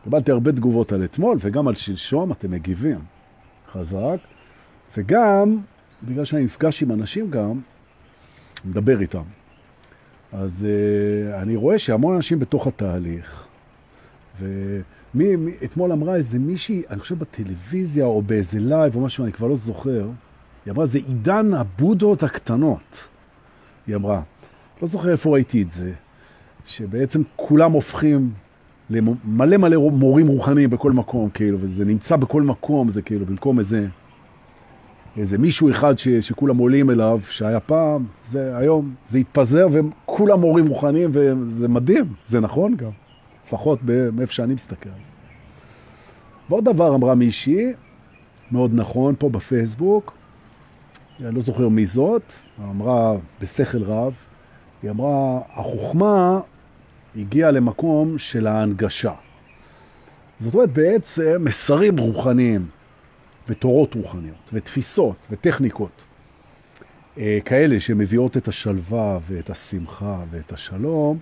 קיבלתי הרבה תגובות על אתמול, וגם על שלשום, אתם מגיבים חזק, וגם, בגלל שאני נפגש עם אנשים גם, מדבר איתם. אז אני רואה שהמון אנשים בתוך התהליך, אתמול אמרה איזה מישהי, אני חושב בטלוויזיה או באיזה לייב או משהו, אני כבר לא זוכר, היא אמרה, זה עידן הבודות הקטנות. היא אמרה, לא זוכר איפה ראיתי את זה, שבעצם כולם הופכים למלא מלא מורים רוחניים בכל מקום, כאילו, וזה נמצא בכל מקום, זה כאילו, במקום איזה מישהו אחד שכולם עולים אליו, שהיה פעם, היום זה התפזר, וכולם מורים רוחניים, וזה מדהים, זה נכון גם, לפחות מאיפה שאני מסתכל על זה. ועוד דבר אמרה מישהי, מאוד נכון, פה בפייסבוק, אני לא זוכר מי זאת, אמרה בשכל רב, היא אמרה, החוכמה הגיעה למקום של ההנגשה. זאת אומרת, בעצם מסרים רוחניים, ותורות רוחניות, ותפיסות, וטכניקות, כאלה שמביאות את השלווה, ואת השמחה, ואת השלום,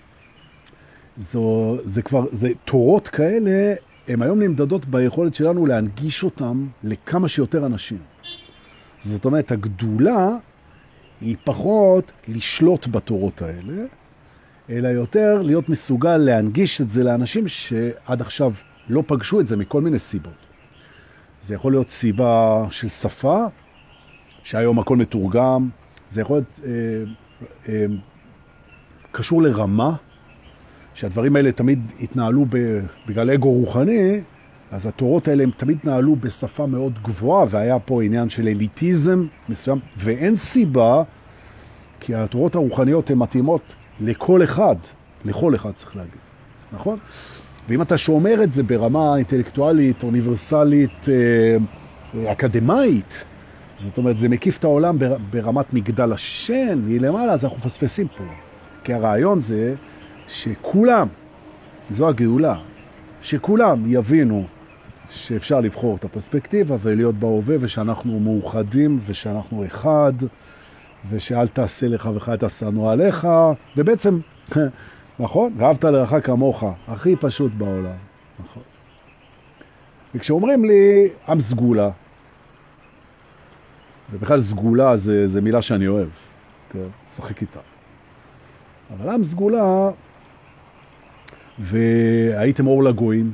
זה תורות כאלה, הן היום נמדדות ביכולת שלנו להנגיש אותם לכמה שיותר אנשים. זאת אומרת, הגדולה היא פחות לשלוט בתורות האלה, אלא יותר להיות מסוגל להנגיש את זה לאנשים שעד עכשיו לא פגשו את זה מכל מיני סיבות. זה יכול להיות סיבה של שפה, שהיום הכל מתורגם, זה יכול להיות קשור לרמה, שהדברים האלה תמיד התנהלו בגלל אגו רוחני, אז התורות האלה הם תמיד התנהלו בשפה מאוד גבוהה, והיה פה עניין של אליטיזם מסוים, ואין סיבה, כי התורות הרוחניות הן מתאימות לכל אחד צריך להגיד, נכון? ואם אתה שומר את זה ברמה אינטלקטואלית, אוניברסלית, אקדמאית, זאת אומרת, זה מקיף את העולם ברמת מגדל השן, מלמעלה, אז אנחנו מפספסים פה. כי הרעיון זה שכולם, זו הגאולה, שכולם יבינו שאפשר לבחור את הפרספקטיבה ולהיות בהווה, ושאנחנו מאוחדים, ושאנחנו אחד, ושאל תעשה לך וחי תעשנו עליך, ובעצם, נכון? ואהבת לרעך כמוך, הכי פשוט בעולם. נכון. וכשאומרים לי, עם סגולה, ובכלל סגולה זה מילה שאני אוהב, כן? שחק איתה. אבל עם סגולה, והייתם אור לגויים,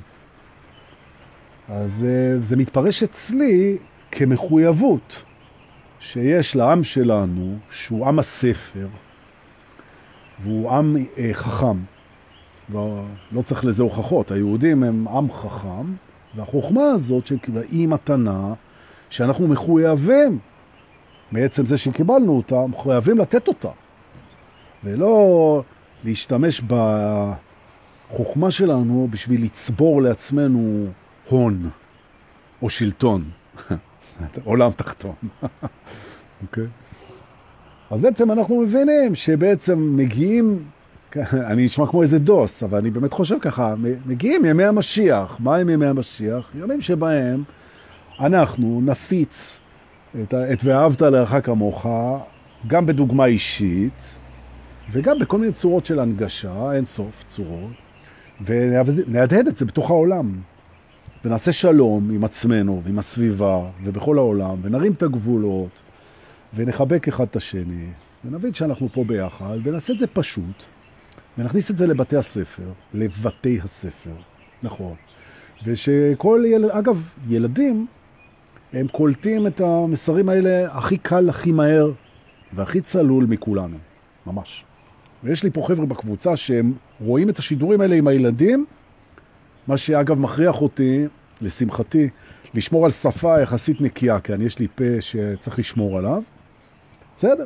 אז זה מתפרש אצלי כמחויבות שיש לעם שלנו, שהוא עם הספר, והוא עם חכם, ולא צריך לזה הוכחות, היהודים הם עם חכם, והחוכמה הזאת היא מתנה שאנחנו מחויבים, בעצם זה שקיבלנו אותה, מחויבים לתת אותה, ולא להשתמש בחוכמה שלנו בשביל לצבור לעצמנו הון או שלטון, עולם תחתון. אוקיי? אז בעצם אנחנו מבינים שבעצם מגיעים, אני נשמע כמו איזה דוס, אבל אני באמת חושב ככה, מגיעים ימי המשיח. מה הם ימי המשיח? ימים שבהם אנחנו נפיץ את ואהבת לרעך כמוך, גם בדוגמה אישית, וגם בכל מיני צורות של הנגשה, אין סוף צורות, ונהדהד את זה בתוך העולם. ונעשה שלום עם עצמנו ועם הסביבה ובכל העולם, ונרים את הגבולות, ונחבק אחד את השני, ונבין שאנחנו פה ביחד, ונעשה את זה פשוט, ונכניס את זה לבתי הספר, לבתי הספר, נכון. ושכל אגב, ילדים, הם קולטים את המסרים האלה הכי קל, הכי מהר, והכי צלול מכולנו, ממש. ויש לי פה חבר'ה בקבוצה שהם רואים את השידורים האלה עם הילדים, מה שאגב מכריח אותי, לשמחתי, לשמור על שפה יחסית נקייה, כי יש לי פה שצריך לשמור עליו. בסדר.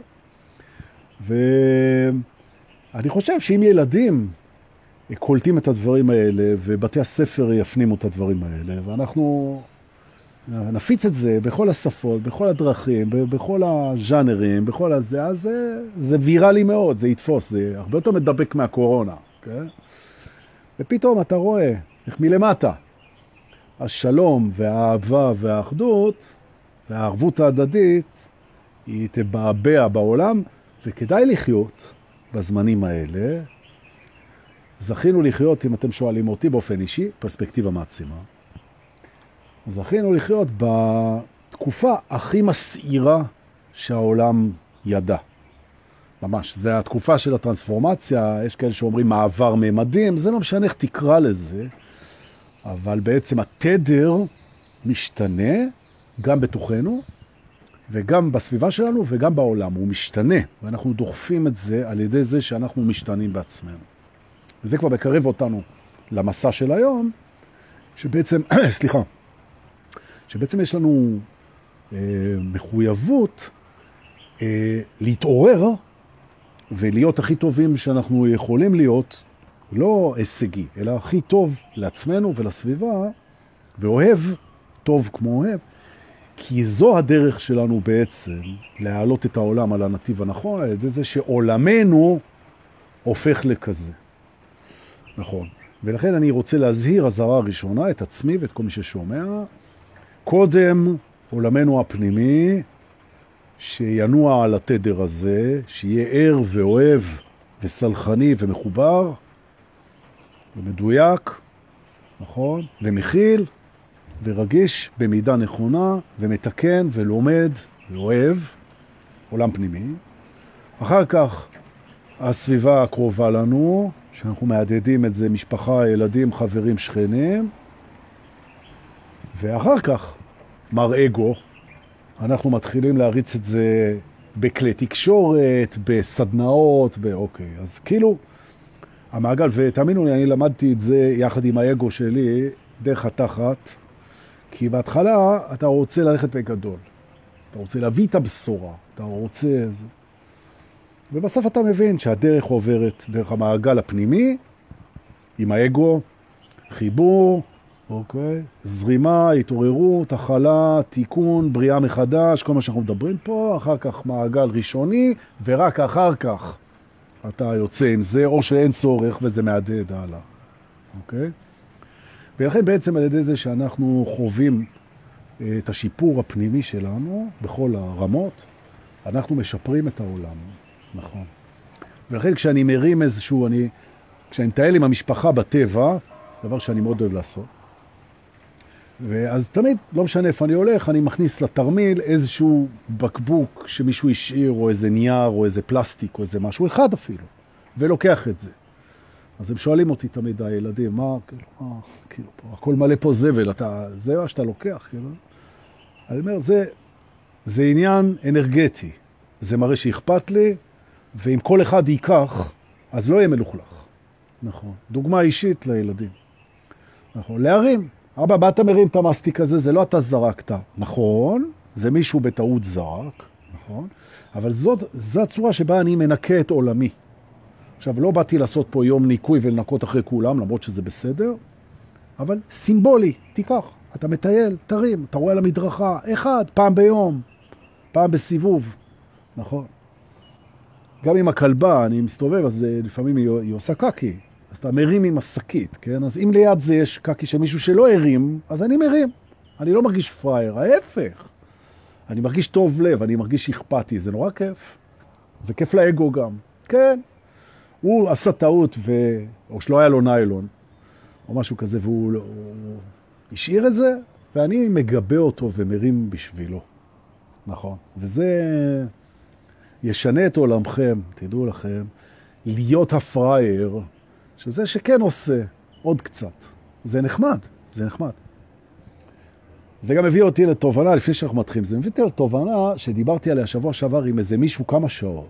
ואני חושב שאם ילדים קולטים את הדברים האלה, ובתי הספר יפנימו את הדברים האלה, ואנחנו נפיץ את זה בכל השפות, בכל הדרכים, בכל הז'אנרים, בכל הזה, אז זה ויראלי מאוד, זה יתפוס, זה הרבה יותר מדבק מהקורונה. כן? ופתאום אתה רואה איך מלמטה השלום והאהבה והאחדות והערבות ההדדית היא תבעבע בעולם, וכדאי לחיות בזמנים האלה זכינו לחיות, אם אתם שואלים אותי באופן אישי, פרספקטיבה מעצימה. זכינו לחיות בתקופה הכי מסעירה שהעולם ידע. ממש, זה התקופה של הטרנספורמציה, יש כאלה שאומרים מעבר ממדים, זה לא משנה איך תקרא לזה, אבל בעצם התדר משתנה גם בתוכנו, וגם בסביבה שלנו וגם בעולם, הוא משתנה, ואנחנו דוחפים את זה על ידי זה שאנחנו משתנים בעצמנו. וזה כבר מקרב אותנו למסע של היום, שבעצם, סליחה, שבעצם יש לנו מחויבות להתעורר ולהיות הכי טובים שאנחנו יכולים להיות, לא הישגי, אלא הכי טוב לעצמנו ולסביבה, ואוהב, טוב כמו אוהב, כי זו הדרך שלנו בעצם להעלות את העולם על הנתיב הנכון, על ידי זה שעולמנו הופך לכזה. נכון. ולכן אני רוצה להזהיר הזהרה הראשונה, את עצמי ואת כל מי ששומע, קודם עולמנו הפנימי, שינוע על התדר הזה, שיהיה ער ואוהב וסלחני ומחובר ומדויק, נכון? ומכיל ורגיש במידה נכונה ומתקן ולומד ואוהב, עולם פנימי. אחר כך הסביבה הקרובה לנו, שאנחנו מעדדים את זה, משפחה, ילדים, חברים, שכנים, ואחר כך מר אגו, אנחנו מתחילים להריץ את זה בכלי תקשורת, בסדנאות, אוקיי. אז כאילו, המעגל, ותאמינו לי, אני למדתי את זה יחד עם האגו שלי, דרך התחת, כי בהתחלה אתה רוצה ללכת בגדול. אתה רוצה להביא את הבשורה, אתה רוצה... ובסוף אתה מבין שהדרך עוברת דרך המעגל הפנימי, עם האגו, חיבור, אוקיי, זרימה, התעוררות, החלה, תיקון, בריאה מחדש, כל מה שאנחנו מדברים פה, אחר כך מעגל ראשוני, ורק אחר כך אתה יוצא עם זה, או שאין צורך וזה מעדד הלאה, אוקיי? ולכן בעצם על ידי זה שאנחנו חווים את השיפור הפנימי שלנו, בכל הרמות, אנחנו משפרים את העולם, נכון. ולכן כשאני מרים איזשהו, כשאני מטייל עם המשפחה בטבע, דבר שאני מאוד אוהב לעשות, ואז תמיד, לא משנה איפה אני הולך, אני מכניס לתרמיל איזשהו בקבוק שמישהו השאיר, או איזה נייר, או איזה פלסטיק, או איזה משהו אחד אפילו, ולוקח את זה. אז הם שואלים אותי תמיד, הילדים, מה, כאילו, הכל מלא פה זבל, זה מה שאתה לוקח, כאילו. אני אומר, זה עניין אנרגטי. זה מראה שאכפת לי, ואם כל אחד ייקח, אז לא יהיה מלוכלך. נכון. דוגמה אישית לילדים. נכון. להרים. אבא, באת מרים את המסטיק הזה, זה לא אתה זרקת. נכון. זה מישהו בטעות זרק. נכון. אבל זו הצורה שבה אני מנקה את עולמי. עכשיו, לא באתי לעשות פה יום ניקוי ולנקות אחרי כולם, למרות שזה בסדר, אבל סימבולי, תיקח. אתה מטייל, תרים, אתה רואה על המדרכה, אחד, פעם ביום, פעם בסיבוב. נכון. גם עם הכלבה, אני מסתובב, אז לפעמים היא עושה קקי, אז אתה מרים עם השקית, כן? אז אם ליד זה יש קקי של מישהו שלא הרים, אז אני מרים. אני לא מרגיש פרייר, ההפך. אני מרגיש טוב לב, אני מרגיש אכפתי, זה נורא כיף. זה כיף לאגו גם. כן. הוא עשה טעות, או שלא היה לו ניילון, או משהו כזה, והוא השאיר את זה, ואני מגבה אותו ומרים בשבילו. נכון. וזה ישנה את עולמכם, תדעו לכם, להיות הפרייר, שזה שכן עושה עוד קצת. זה נחמד, זה נחמד. זה גם הביא אותי לתובנה, לפני שאנחנו מתחילים, זה מביא אותי לתובנה שדיברתי עליה שבוע שעבר עם איזה מישהו כמה שעות.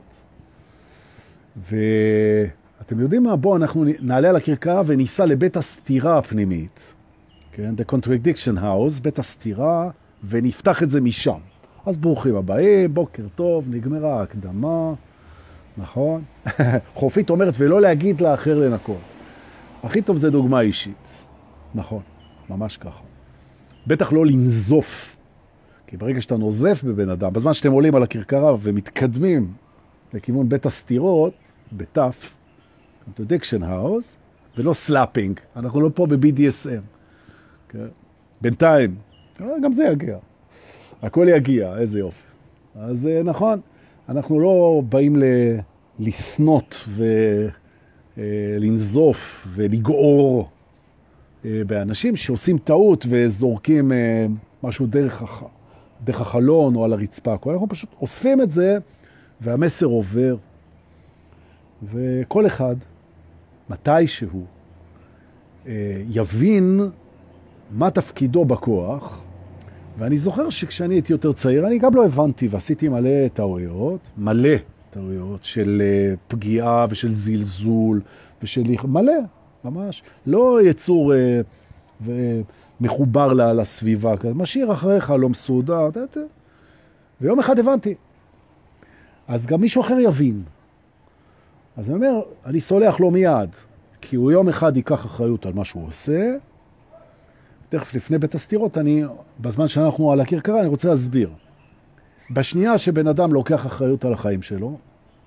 ואתם יודעים מה? בואו אנחנו נעלה על הכרכרה וניסע לבית הסתירה הפנימית. כן? The Contradiction House, בית הסתירה, ונפתח את זה משם. אז ברוכים הבאים, בוקר טוב, נגמרה ההקדמה, נכון? חופית אומרת, ולא להגיד לאחר לנקות. הכי טוב זה דוגמה אישית. נכון, ממש ככה. בטח לא לנזוף, כי ברגע שאתה נוזף בבן אדם, בזמן שאתם עולים על הכרכרה ומתקדמים לכיוון בית הסתירות, בתף, Contradiction House, ולא סלאפינג. אנחנו לא פה ב-BDSM. כן? בינתיים, גם זה יגיע. הכל יגיע, איזה יופי. אז נכון, אנחנו לא באים לסנות לנזוף ולגעור באנשים שעושים טעות וזורקים משהו דרך החלון או על הרצפה. אנחנו פשוט אוספים את זה והמסר עובר, וכל אחד מתישהו יבין מה תפקידו בכוח. ואני זוכר שכשאני הייתי יותר צעיר, אני גם לא הבנתי ועשיתי מלא טעויות של פגיעה ושל זלזול ושל מלא, ממש. לא יצור מחובר לסביבה, משאיר אחריך, לא מסודר, ויום אחד הבנתי. אז גם מישהו אחר יבין. אז אני אומר, אני סולח לו מיד, כי הוא יום אחד ייקח אחריות על מה שהוא עושה. תכף לפני בית הסתירות, בזמן שאנחנו על הכרכרה, אני רוצה להסביר. בשנייה שבן אדם לוקח אחריות על החיים שלו,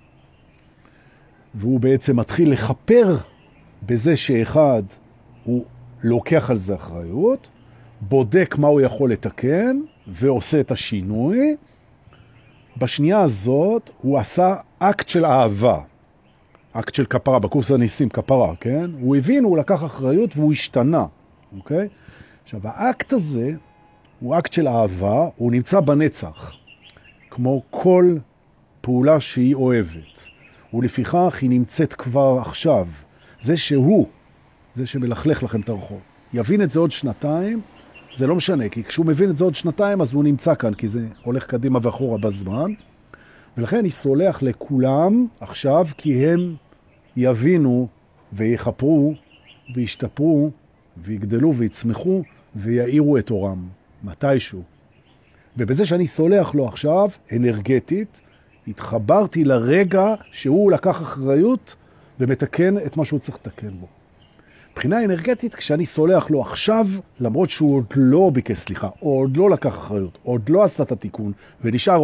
והוא בעצם מתחיל לחפר בזה שאחד הוא לוקח על זה אחריות, בודק מה הוא יכול לתקן, ועושה את השינוי, בשנייה הזאת הוא עשה אקט של אהבה, אקט של כפרה, בקורס הניסים כפרה, כן? הוא הבין, הוא לקח אחריות והוא השתנה, אוקיי? עכשיו, האקט הזה הוא אקט של אהבה, הוא נמצא בנצח, כמו כל פעולה שהיא אוהבת. ולפיכך היא נמצאת כבר עכשיו. זה שמלכלך לכם את הרחוב. יבין את זה עוד שנתיים, זה לא משנה, כי כשהוא מבין את זה עוד שנתיים, אז הוא נמצא כאן, כי זה הולך קדימה ואחורה בזמן. ולכן אני סולח לכולם עכשיו, כי הם יבינו ויחפרו וישתפרו ויגדלו ויצמחו ויעירו את אורם, מתישהו. ובזה שאני סולח לו עכשיו, אנרגטית, התחברתי לרגע שהוא לקח אחריות ומתקן את מה שהוא צריך לתקן בו. מבחינה אנרגטית, כשאני סולח לו עכשיו, למרות שהוא עוד לא ביקש סליחה, או עוד לא לקח אחריות, עוד לא עשה את התיקון, ונשאר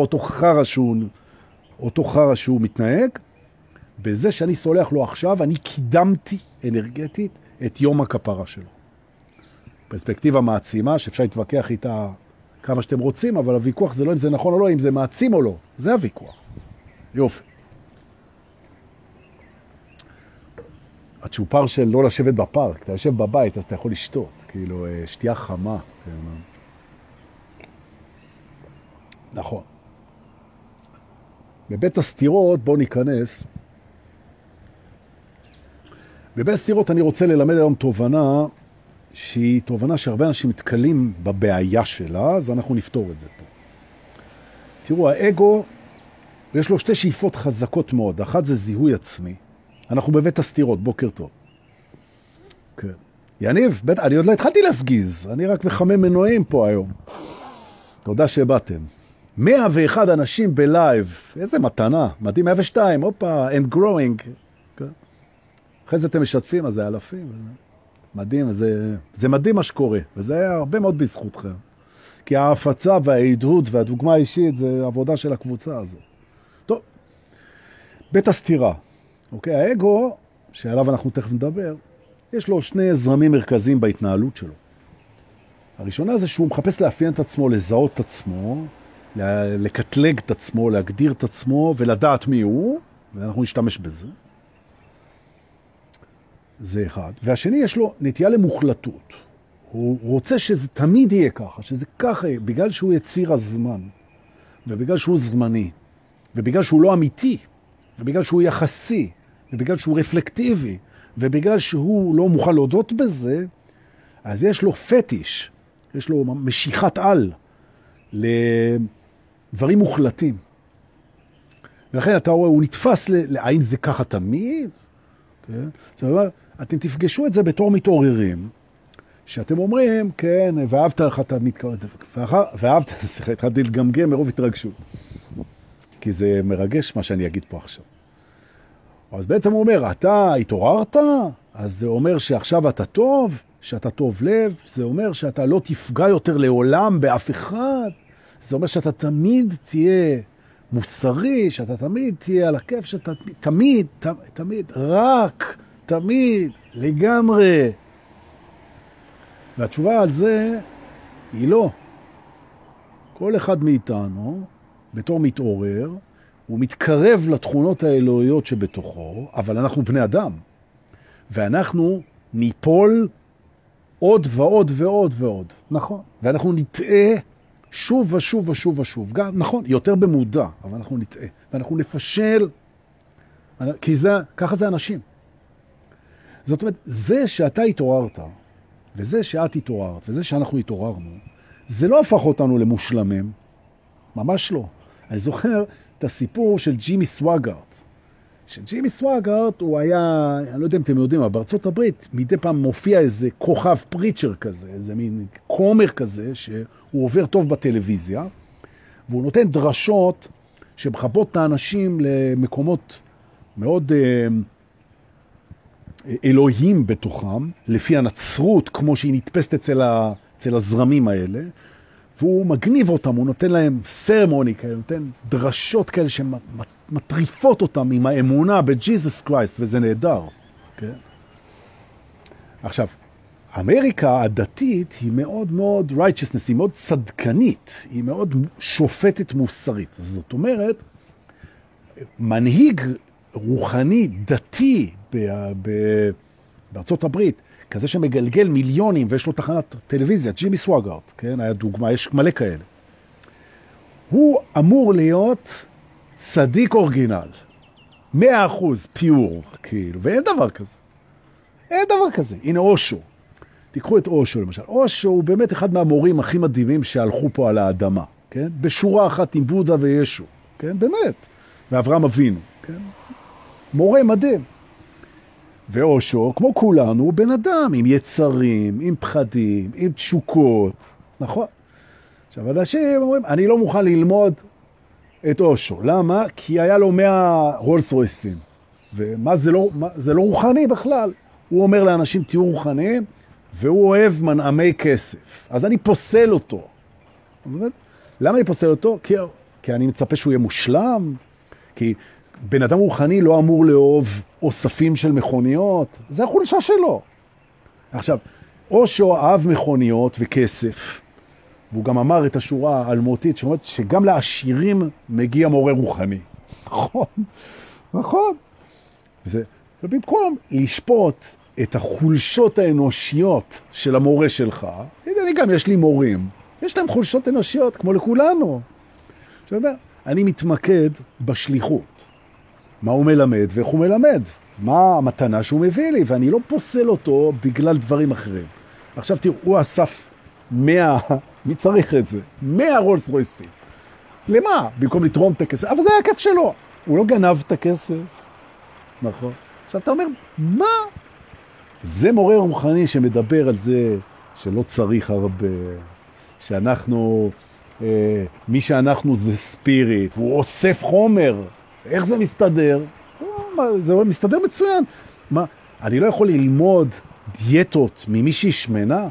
אותו חרא שהוא מתנהג, בזה שאני סולח לו עכשיו, אני קידמתי אנרגטית את יום הכפרה שלו. פרספקטיבה מעצימה, שאפשר להתווכח איתה כמה שאתם רוצים, אבל הוויכוח זה לא אם זה נכון או לא, אם זה מעצים או לא. זה הוויכוח. יופי. הצ'ופר של לא לשבת בפארק, אתה יושב בבית, אז אתה יכול לשתות, כאילו שתייה חמה. נכון. בבית הסתירות, בואו ניכנס. בבית הסתירות אני רוצה ללמד היום תובנה, שהיא תובנה שהרבה אנשים מתקלים בבעיה שלה, אז אנחנו נפתור את זה פה. תראו, האגו, יש לו שתי שאיפות חזקות מאוד. אחת זה זיהוי עצמי. אנחנו בבית הסתירות, בוקר טוב. כן. יניב, אני עוד לא התחלתי להפגיז, אני רק מחמם מנועים פה היום. תודה שבאתם. 101 אנשים בלייב, איזה מתנה, מדהים, 102, הופה, and growing. כן. אחרי זה אתם משתפים, אז זה אלפים. מדהים, זה מדהים מה שקורה, וזה היה הרבה מאוד בזכותכם. כי ההפצה וההדהוד והדוגמה האישית זה עבודה של הקבוצה הזו. טוב, בית הסתירה. אוקיי, האגו, שעליו אנחנו תכף נדבר, יש לו שני זרמים מרכזיים בהתנהלות שלו. הראשונה זה שהוא מחפש לאפיין את עצמו, לזהות את עצמו, לקטלג את עצמו, להגדיר את עצמו ולדעת מי הוא, ואנחנו נשתמש בזה. זה אחד. והשני יש לו נטייה למוחלטות. הוא רוצה שזה תמיד יהיה ככה, שזה ככה, בגלל שהוא יציר הזמן, ובגלל שהוא זמני, ובגלל שהוא לא אמיתי, ובגלל שהוא יחסי, ובגלל שהוא רפלקטיבי, ובגלל שהוא לא מוכן להודות בזה, אז יש לו פטיש, יש לו משיכת על לדברים מוחלטים. ולכן אתה רואה, הוא נתפס האם זה ככה תמיד? כן? זאת אומרת, אתם תפגשו את זה בתור מתעוררים, שאתם אומרים, כן, ואהבת לך תמיד, ואהבת, התחלתי לגמגם מרוב התרגשות. כי זה מרגש מה שאני אגיד פה עכשיו. אז בעצם הוא אומר, אתה התעוררת, אז זה אומר שעכשיו אתה טוב, שאתה טוב לב, זה אומר שאתה לא תפגע יותר לעולם באף אחד, זה אומר שאתה תמיד תהיה מוסרי, שאתה תמיד תהיה על הכיף, שאתה תמיד, רק, תמיד, לגמרי. והתשובה על זה היא לא. כל אחד מאיתנו, בתור מתעורר, הוא מתקרב לתכונות האלוהיות שבתוכו, אבל אנחנו בני אדם. ואנחנו ניפול עוד ועוד ועוד ועוד. נכון. ואנחנו נטעה שוב ושוב ושוב ושוב. גם, נכון, יותר במודע, אבל אנחנו נטעה. ואנחנו נפשל, כי ככה זה אנשים. זאת אומרת, זה שאתה התעוררת, וזה שאת התעוררת, וזה שאנחנו התעוררנו, זה לא הפך אותנו למושלמים. ממש לא. אני זוכר את הסיפור של ג'ימי סוואגארט. שג'ימי סוואגארט הוא היה, אני לא יודע אם אתם יודעים, אבל בארצות הברית מדי פעם מופיע איזה כוכב פריצ'ר כזה, איזה מין קומר כזה, שהוא עובר טוב בטלוויזיה, והוא נותן דרשות שמחבות את האנשים למקומות מאוד אלוהים בתוכם, לפי הנצרות, כמו שהיא נתפסת אצל הזרמים האלה, והוא מגניב אותם, הוא נותן להם סרמוני כאלה, נותן דרשות כאלה שמטריפות אותם עם האמונה בג'יזוס קרייסט, וזה נהדר. Okay? עכשיו, אמריקה הדתית היא מאוד מאוד righteousness, היא מאוד צדקנית, היא מאוד שופטת מוסרית. זאת אומרת, מנהיג רוחני דתי בארצות הברית, כזה שמגלגל מיליונים ויש לו תחנת טלוויזיה, ג'ימי סוואגארט, כן? היה דוגמה, יש מלא כאלה. הוא אמור להיות צדיק אורגינל, 100% פיור, כאילו, ואין דבר כזה. אין דבר כזה. הנה אושו. תיקחו את אושו למשל. אושו הוא באמת אחד מהמורים הכי מדהימים שהלכו פה על האדמה, כן? בשורה אחת עם בודה וישו, כן? באמת. ואברהם אבינו, כן? מורה מדהים. ואושו, כמו כולנו, הוא בן אדם עם יצרים, עם פחדים, עם תשוקות, נכון? עכשיו, אנשים אומרים, אני לא מוכן ללמוד את אושו. למה? כי היה לו 100 רולס רויסים. ומה זה לא רוחני בכלל. הוא אומר לאנשים, תהיו רוחניים, והוא אוהב מנעמי כסף. אז אני פוסל אותו. למה אני פוסל אותו? כי אני מצפה שהוא יהיה מושלם, כי בן אדם רוחני לא אמור לאהוב אוספים של מכוניות, זה החולשה שלו. עכשיו, אושו אהב מכוניות וכסף, והוא גם אמר את השורה האלמותית, שאומרת שגם לעשירים מגיע מורה רוחני. נכון, נכון. ובמקום לשפוט את החולשות האנושיות של המורה שלך, אני גם יש לי מורים, יש להם חולשות אנושיות כמו לכולנו. אני מתמקד בשליחות. מה הוא מלמד ואיך הוא מלמד. מה המתנה שהוא מביא לי, ואני לא פוסל אותו בגלל דברים אחרים. עכשיו תראו, הוא אסף 100, מי צריך את זה? 100 רולס רויסים. למה? במקום לתרום את הכסף. אבל זה היה הכיף שלו. הוא לא גנב את הכסף. נכון. עכשיו אתה אומר, מה? זה מורה רוחני שמדבר על זה שלא צריך הרבה, שאנחנו, מי שאנחנו זה ספיריט, והוא אוסף חומר. איך זה מסתדר? זה מסתדר מצוין. מה, אני לא יכול ללמוד דיאטות ממישהי שמנה?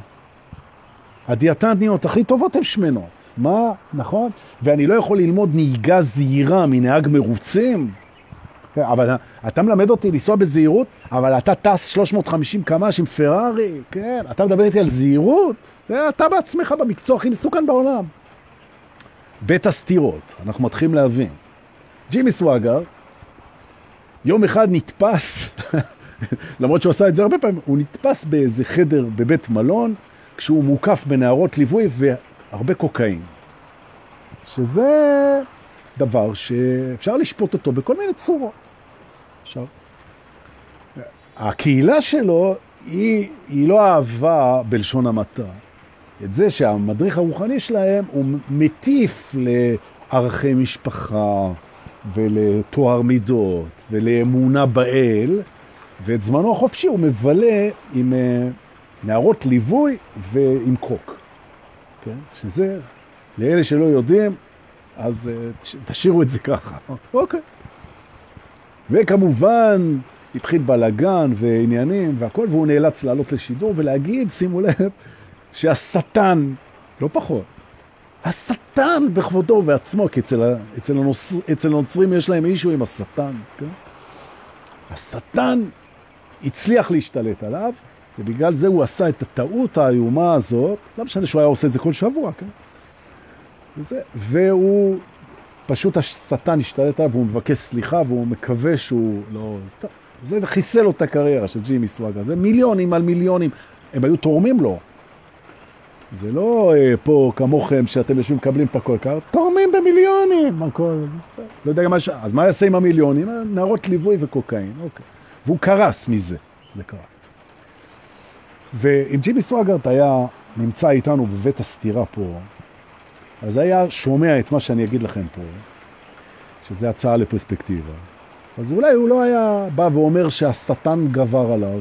הדיאטניות הכי טובות הן שמנות. מה? נכון? ואני לא יכול ללמוד נהיגה זהירה מנהג מרוצים? אבל אתה מלמד אותי לנסוע בזהירות, אבל אתה טס 350 קמ"ש עם פרארי, כן? אתה מדבר איתי על זהירות? אתה בעצמך במקצוע הכי מסוכן בעולם. בית הסתירות, אנחנו מתחילים להבין. ג'ימי סוואגארט, יום אחד נתפס, למרות שהוא עשה את זה הרבה פעמים, הוא נתפס באיזה חדר בבית מלון, כשהוא מוקף בנערות ליווי והרבה קוקאין. שזה דבר שאפשר לשפוט אותו בכל מיני צורות. עכשיו, הקהילה שלו היא לא אהבה בלשון המעטה. את זה שהמדריך הרוחני שלהם הוא מטיף לערכי משפחה ולתואר מידות ולאמונה באל, ואת זמנו החופשי הוא מבלה עם נערות ליווי ועם קוק. כן? שזה, לאלה שלא יודעים, אז תשאירו את זה ככה. אוקיי. וכמובן, התחיל בלגן ועניינים והכל, והוא נאלץ לעלות לשידור ולהגיד, שימו לב, שהשטן, לא פחות, השטן בכבודו ועצמו, כי אצל הנוצרים יש להם אישו עם השטן, כן? השטן הצליח להשתלט עליו, ובגלל זה הוא עשה את הטעות האיומה הזאת, לא משנה שהוא היה עושה את זה כל שבוע, כן? והוא, פשוט השטן השתלט עליו, והוא מבקש סליחה, והוא מקווה שהוא לא... זה חיסל לו את הקריירה של ג'ימי סוואגר. זה מיליונים על מיליונים. הם היו תורמים לו. זה לא פה כמוכם שאתם יושבים מקבלים את הכל קר, תורמים במיליונים. לא יודע מה אז מה יעשה עם המיליונים? נערות ליווי וקוקאין. אוקיי. והוא קרס מזה. זה קרס. ואם ג'ימי סוואגר היה נמצא איתנו בבית הסתירה פה, אז היה שומע את מה שאני אגיד לכם פה, שזה הצעה לפרספקטיבה. אז אולי הוא לא היה בא ואומר שהשטן גבר עליו.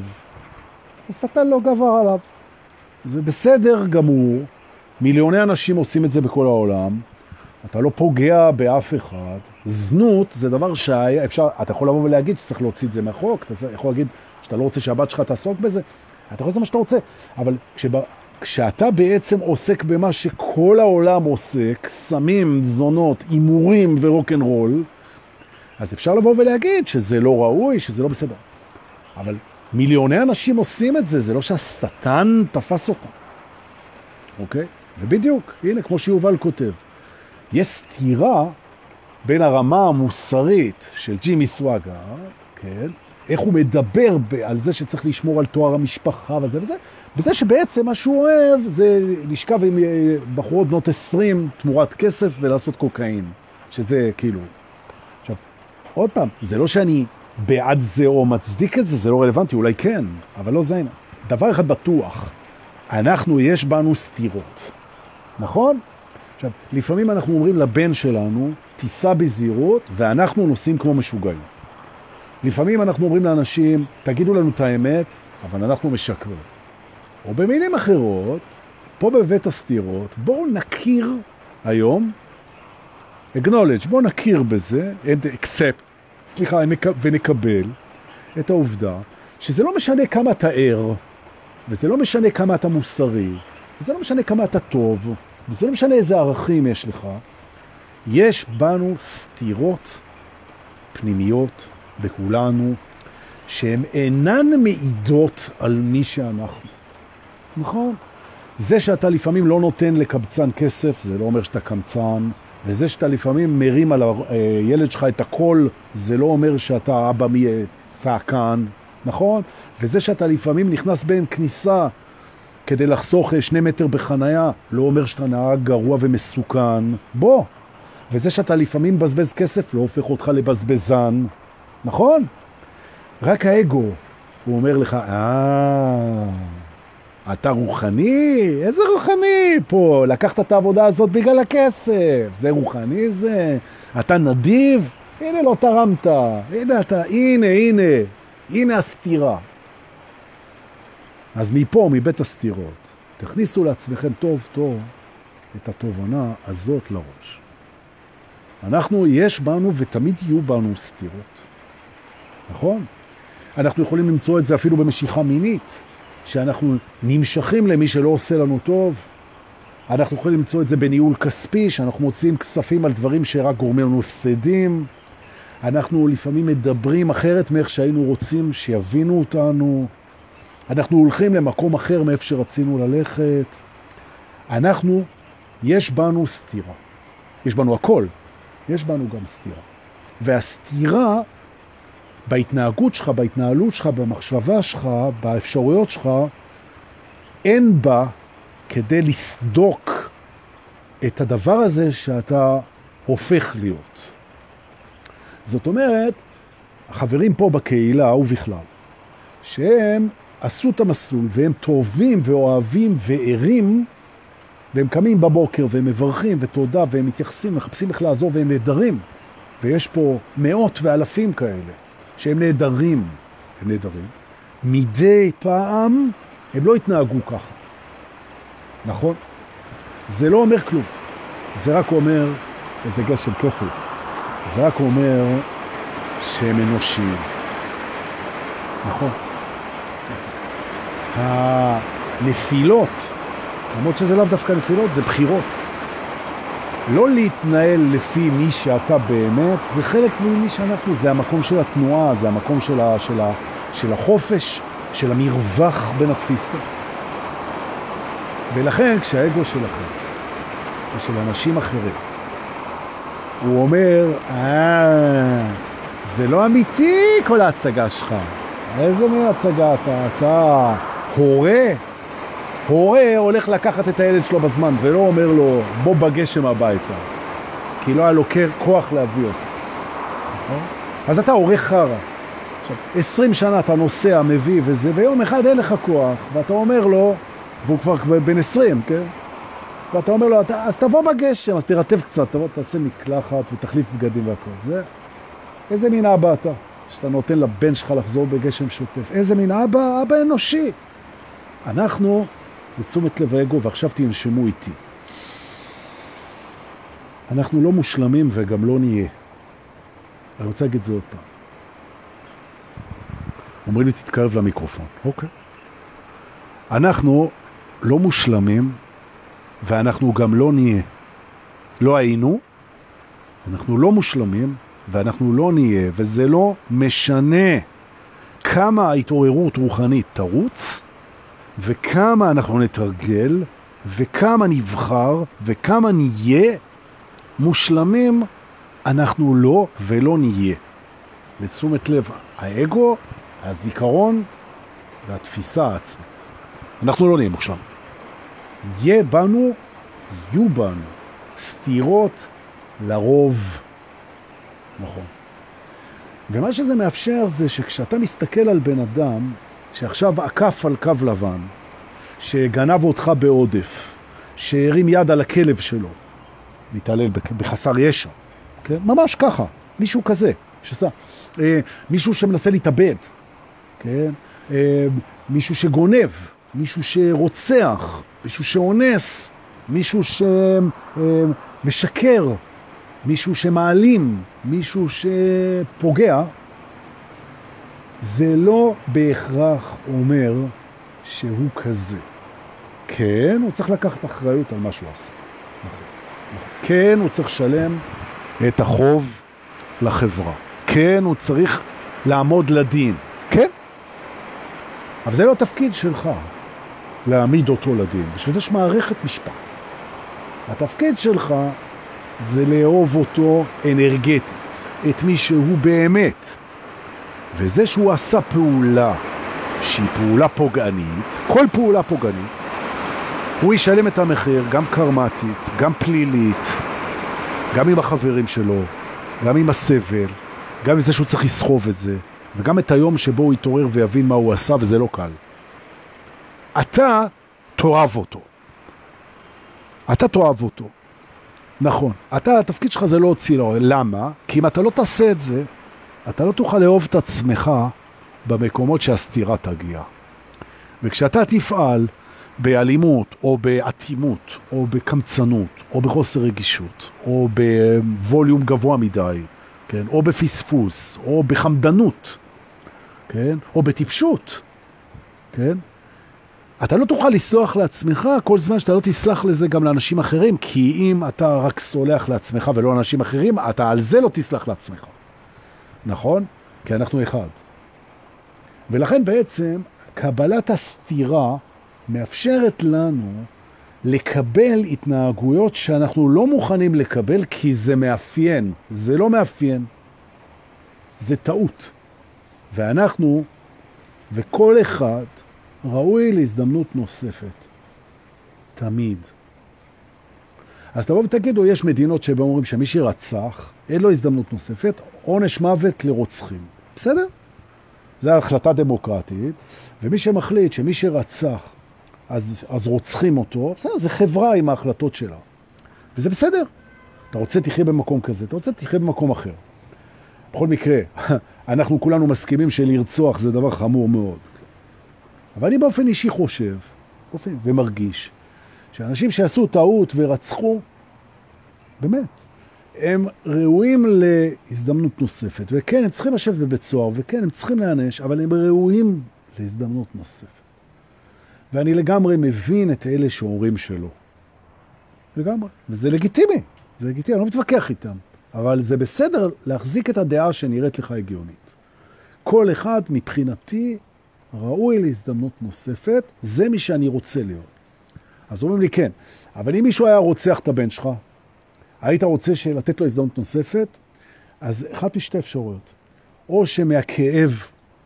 השטן לא גבר עליו. זה בסדר גמור. מיליוני אנשים עושים את זה בכל העולם. אתה לא פוגע באף אחד. זנות זה דבר שהיה, אפשר, אתה יכול לבוא ולהגיד שצריך להוציא את זה מהחוק. אתה יכול להגיד שאתה לא רוצה שהבת שלך תעסוק בזה. אתה יכול לעשות מה שאתה רוצה. אבל כשאתה בעצם עוסק במה שכל העולם עוסק, סמים, זונות, אימורים ורוק'נ'רול, אז אפשר לבוא ולהגיד שזה לא ראוי, שזה לא בסדר. אבל מיליוני אנשים עושים את זה, זה לא שהשטן תפס אותם. אוקיי? ובדיוק, הנה, כמו שיובל כותב, יש סתירה בין הרמה המוסרית של ג'ימי סוואגר, כן? איך הוא מדבר על זה שצריך לשמור על תואר המשפחה וזה וזה, בזה שבעצם מה שהוא אוהב זה לשכב עם בחורות בנות 20 תמורת כסף ולעשות קוקאין. שזה כאילו... עכשיו, עוד פעם, זה לא שאני בעד זה או מצדיק את זה, זה לא רלוונטי, אולי כן, אבל לא זה. דבר אחד בטוח, יש בנו סתירות. נכון? עכשיו, לפעמים אנחנו אומרים לבן שלנו, תיסע בזהירות, ואנחנו נוסעים כמו משוגעים. לפעמים אנחנו אומרים לאנשים, תגידו לנו את האמת, אבל אנחנו משקרים. או במילים אחרות, פה בבית הסתירות, בואו נכיר היום, acknowledge, בואו נכיר בזה, and accept, סליחה, ונקבל את העובדה, שזה לא משנה כמה אתה ער, וזה לא משנה כמה אתה מוסרי, וזה לא משנה כמה אתה טוב, וזה לא משנה איזה ערכים יש לך, יש בנו סתירות פנימיות בכולנו, שהן אינן מעידות על מי שאנחנו. נכון? זה שאתה לפעמים לא נותן לקבצן כסף, זה לא אומר שאתה קמצן, וזה שאתה לפעמים מרים על הילד שלך את הכל, זה לא אומר שאתה אבא צעקן, נכון? וזה שאתה לפעמים נכנס בין כניסה כדי לחסוך 2 מטר בחנייה, לא אומר שאתה נהג גרוע ומסוכן. בוא. וזה שאתה לפעמים בזבז כסף, לא הופך אותך לבזבזן. נכון? רק האגו, הוא אומר לך, אתה רוחני? איזה רוחני? פה, לקחת את העבודה הזאת בגלל הכסף. זה רוחני זה? אתה נדיב? הנה לא תרמת. הנה אתה, הנה הסתירה. אז מפה, מבית הסתירות, תכניסו לעצמכם טוב טוב את התובנה הזאת לראש. יש בנו ותמיד יהיו בנו סתירות. נכון? אנחנו יכולים למצוא את זה אפילו במשיכה מינית, שאנחנו נמשכים למי שלא עושה לנו טוב. אנחנו יכולים למצוא את זה בניהול כספי, שאנחנו מוציאים כספים על דברים שרק גורמים לנו הפסדים. אנחנו לפעמים מדברים אחרת מאיך שהיינו רוצים שיבינו אותנו. אנחנו הולכים למקום אחר מאיפה שרצינו ללכת. יש בנו סתירה. יש בנו הכל. יש בנו גם סתירה. והסתירה בהתנהגות שלך, בהתנהלות שלך, במחשבה שלך, באפשרויות שלך, אין בה כדי לסדוק את הדבר הזה שאתה הופך להיות. זאת אומרת, החברים פה בקהילה ובכלל, שהם עשו את המסלול והם טובים ואוהבים וערים, והם קמים בבוקר והם מברכים ותודה והם מתייחסים, מחפשים איך לעזור והם נהדרים. ויש פה מאות ואלפים כאלה שהם נהדרים. הם נהדרים. מדי פעם הם לא התנהגו ככה. נכון? זה לא אומר כלום. זה רק אומר, איזה גשם כיפי, זה רק אומר שהם אנושיים. נכון? הנפילות, למרות שזה לאו דווקא נפילות, זה בחירות. לא להתנהל לפי מי שאתה באמת, זה חלק ממי שאנחנו, זה המקום של התנועה, זה המקום של החופש, של המרווח בין התפיסות. ולכן כשהאגו שלכם, ושל אנשים אחרים, הוא אומר, זה לא אמיתי כל ההצגה שלך. איזה מין הצגה אתה הורה הולך לקחת את הילד שלו בזמן, ולא אומר לו, בוא בגשם הביתה. כי לא היה לו כוח להביא אותו. אז אתה הורה חרה. עכשיו, 20 שנה אתה נוסע, מביא וזה, ויום אחד אין לך כוח, ואתה אומר לו, והוא כבר בן 20, כן? ואתה אומר לו, אז תבוא בגשם, אז תרטב קצת, תבוא, תעשה מקלחת ותחליף בגדים והכל. זה, איזה מין אבא אתה, שאתה נותן לבן שלך לחזור בגשם שוטף. איזה מין אבא אנושי. אנחנו, לתשומת לב האגו, ועכשיו תנשמו איתי. אנחנו לא מושלמים וגם לא נהיה. אני רוצה להגיד זה עוד פעם. אומרים לי, תתקרב למיקרופון. אוקיי. אנחנו לא מושלמים, ואנחנו גם לא נהיה. לא היינו, אנחנו לא מושלמים, ואנחנו לא נהיה, וזה לא משנה כמה ההתעוררות רוחנית תרוץ, וכמה אנחנו נתרגל, וכמה נבחר, וכמה נהיה, מושלמים אנחנו לא ולא נהיה. לתשומת לב, האגו, הזיכרון והתפיסה העצמית. אנחנו לא נהיה מושלם. יהיה בנו, יהיו בנו. סתירות לרוב. נכון. ומה שזה מאפשר זה שכשאתה מסתכל על בן אדם, שעכשיו עקף על קו לבן, שגנב אותך בעודף, שהרים יד על הכלב שלו, מתעלל בחסר ישע, כן? ממש ככה, מישהו כזה, שעשה, מישהו שמנסה להתאבד, כן? מישהו שגונב, מישהו שרוצח, מישהו שאונס, מישהו שמשקר, מישהו שמעלים, מישהו שפוגע, זה לא בהכרח אומר שהוא כזה. כן, הוא צריך לקחת אחריות על מה שהוא עשה. כן, הוא צריך לשלם את החוב לחברה. כן, הוא צריך לעמוד לדין. כן. אבל זה לא התפקיד שלך, להעמיד אותו לדין. בשביל זה יש מערכת משפט. התפקיד שלך זה לאהוב אותו אנרגטית, את מי שהוא באמת. וזה שהוא עשה פעולה שהיא פעולה פוגענית, כל פעולה פוגענית, הוא ישלם את המחיר, גם קרמטית, גם פלילית, גם עם החברים שלו, גם עם הסבל, גם עם זה שהוא צריך לסחוב את זה, וגם את היום שבו הוא יתעורר ויבין מה הוא עשה, וזה לא קל. אתה תאהב אותו. אתה תאהב אותו. נכון. התפקיד שלך זה לא הוציא לו. למה? כי אם אתה לא תעשה את זה, אתה לא תוכל לאהוב את עצמך במקומות שהסתירה תגיע. וכשאתה תפעל באלימות, או באטימות, או בקמצנות, או בחוסר רגישות, או בווליום גבוה מדי, כן? או בפספוס, או בחמדנות, כן? או בטיפשות, כן? אתה לא תוכל לסלוח לעצמך כל זמן שאתה לא תסלח לזה גם לאנשים אחרים, כי אם אתה רק סולח לעצמך ולא לאנשים אחרים, אתה על זה לא תסלח לעצמך. נכון? כי אנחנו אחד. ולכן בעצם קבלת הסתירה מאפשרת לנו לקבל התנהגויות שאנחנו לא מוכנים לקבל, כי זה מאפיין. זה לא מאפיין. זה טעות. ואנחנו, וכל אחד, ראוי להזדמנות נוספת. תמיד. אז תבואו ותגידו, יש מדינות שבהם אומרים שמי שרצח, אין לו הזדמנות נוספת, עונש מוות לרוצחים. בסדר? זו החלטה דמוקרטית, ומי שמחליט שמי שרצח, אז רוצחים אותו, בסדר, זה חברה עם ההחלטות שלה. וזה בסדר. אתה רוצה תחיה במקום כזה, אתה רוצה תחיה במקום אחר. בכל מקרה, אנחנו כולנו מסכימים שלרצוח זה דבר חמור מאוד. אבל אני באופן אישי חושב, ומרגיש, שאנשים שעשו טעות ורצחו, באמת, הם ראויים להזדמנות נוספת. וכן, הם צריכים לשבת בבית סוהר, וכן, הם צריכים להענש, אבל הם ראויים להזדמנות נוספת. ואני לגמרי מבין את אלה שאומרים שלא. לגמרי. וזה לגיטימי. זה לגיטימי, אני לא מתווכח איתם. אבל זה בסדר להחזיק את הדעה שנראית לך הגיונית. כל אחד מבחינתי ראוי להזדמנות נוספת, זה מי שאני רוצה להיות. אז אומרים לי כן, אבל אם מישהו היה רוצח את הבן שלך, היית רוצה לתת לו הזדמנות נוספת, אז אחת משתי אפשרויות. או שמהכאב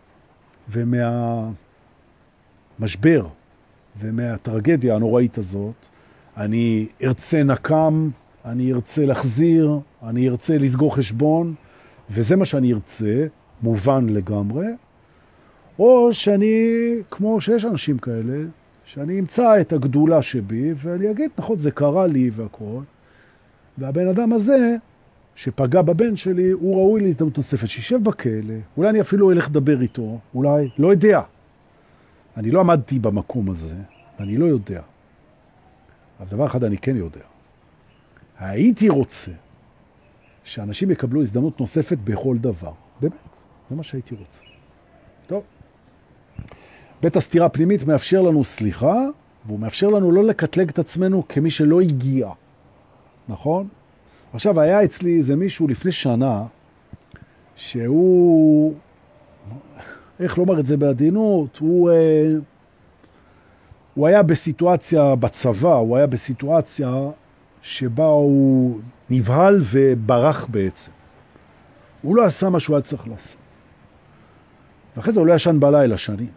ומהמשבר ומהטרגדיה הנוראית הזאת, אני ארצה נקם, אני ארצה להחזיר, אני ארצה לסגור חשבון, וזה מה שאני ארצה, מובן לגמרי, או שאני, כמו שיש אנשים כאלה, שאני אמצא את הגדולה שבי, ואני אגיד, נכון, זה קרה לי והכל, והבן אדם הזה, שפגע בבן שלי, הוא ראוי להזדמנות נוספת, שישב בכלא, אולי אני אפילו אלך לדבר איתו, אולי, לא יודע. אני לא עמדתי במקום הזה, ואני לא יודע. אבל דבר אחד אני כן יודע. הייתי רוצה שאנשים יקבלו הזדמנות נוספת בכל דבר. באמת, זה מה שהייתי רוצה. טוב. בית הסתירה הפנימית מאפשר לנו סליחה, והוא מאפשר לנו לא לקטלג את עצמנו כמי שלא הגיע. נכון? עכשיו, היה אצלי איזה מישהו לפני שנה, שהוא, איך לומר את זה בעדינות, הוא היה בסיטואציה בצבא, הוא היה בסיטואציה שבה הוא נבהל וברח בעצם. הוא לא עשה מה שהוא היה צריך לעשות. ואחרי זה הוא לא ישן בלילה שנים.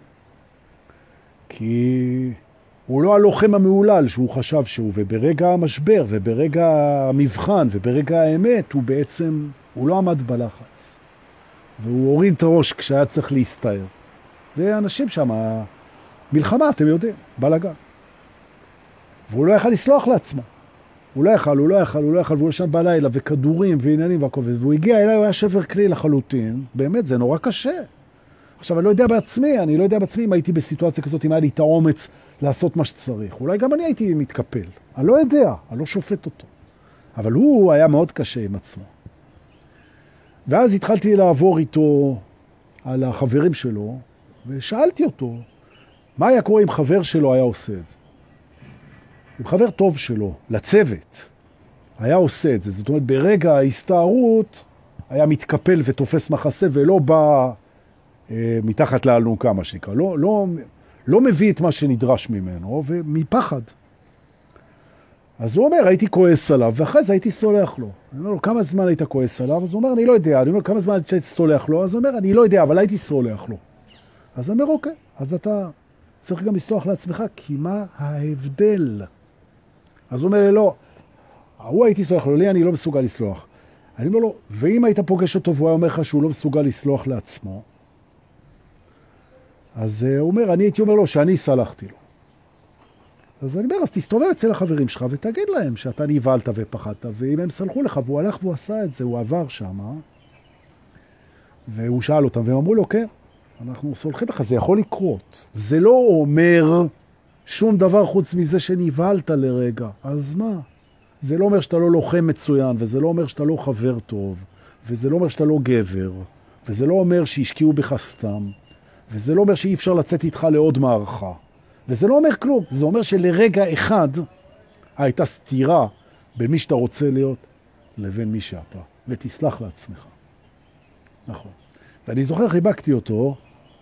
כי הוא לא הלוחם המעולל שהוא חשב שהוא, וברגע המשבר, וברגע המבחן, וברגע האמת, הוא בעצם, הוא לא עמד בלחץ. והוא הוריד את הראש כשהיה צריך להסתער. ואנשים שם, מלחמה, אתם יודעים, בלגן. והוא לא יכל לסלוח לעצמו. הוא לא יכל, והוא ישן בלילה, וכדורים, ועניינים והכל. והוא הגיע אליי, הוא היה שבר כלי לחלוטין. באמת, זה נורא קשה. עכשיו, אני לא יודע בעצמי אם הייתי בסיטואציה כזאת, אם היה לי את האומץ לעשות מה שצריך. אולי גם אני הייתי מתקפל. אני לא יודע, אני לא שופט אותו. אבל הוא היה מאוד קשה עם עצמו. ואז התחלתי לעבור איתו על החברים שלו, ושאלתי אותו, מה היה קורה אם חבר שלו היה עושה את זה? אם חבר טוב שלו, לצוות, היה עושה את זה. זאת אומרת, ברגע ההסתערות, היה מתקפל ותופס מחסה, ולא בא מתחת לאלונקה, מה שנקרא. לא מביא את מה שנדרש ממנו, ומפחד. אז הוא אומר, הייתי כועס עליו, ואחרי זה הייתי סולח לו. אני אומר לו, כמה זמן היית כועס עליו? אז הוא אומר, אני לא יודע. אני אומר, כמה זמן הייתי סולח לו? אז הוא אומר, אני לא יודע, אבל הייתי סולח לו. אז אני אומר, אוקיי, אז אתה צריך גם לסלוח לעצמך, כי מה ההבדל? אז הוא אומר לי, לא, הוא הייתי סולח לו, לי אני לא מסוגל לסלוח. אני אומר לו, ואם היית פוגש אותו והוא היה אומר לך שהוא לא מסוגל לסלוח לעצמו, אז הוא אומר, אני הייתי אומר לו שאני סלחתי לו. אז אני אומר, אז תסתובב אצל החברים שלך ותגיד להם שאתה נבהלת ופחדת, ואם הם סלחו לך, והוא הלך והוא עשה את זה, הוא עבר שם, והוא שאל אותם, והם אמרו לו, כן, אנחנו סולחים לך, זה יכול לקרות. זה לא אומר שום דבר חוץ מזה שנבהלת לרגע. אז מה? זה לא אומר שאתה לא לוחם מצוין, וזה לא אומר שאתה לא חבר טוב, וזה לא אומר שאתה לא גבר, וזה לא אומר שהשקיעו בך סתם, וזה לא אומר שאי אפשר לצאת איתך לעוד מערכה. וזה לא אומר כלום. זה אומר שלרגע אחד הייתה סתירה בין מי שאתה רוצה להיות לבין מי שאתה. ותסלח לעצמך. נכון. ואני זוכר, חיבקתי אותו,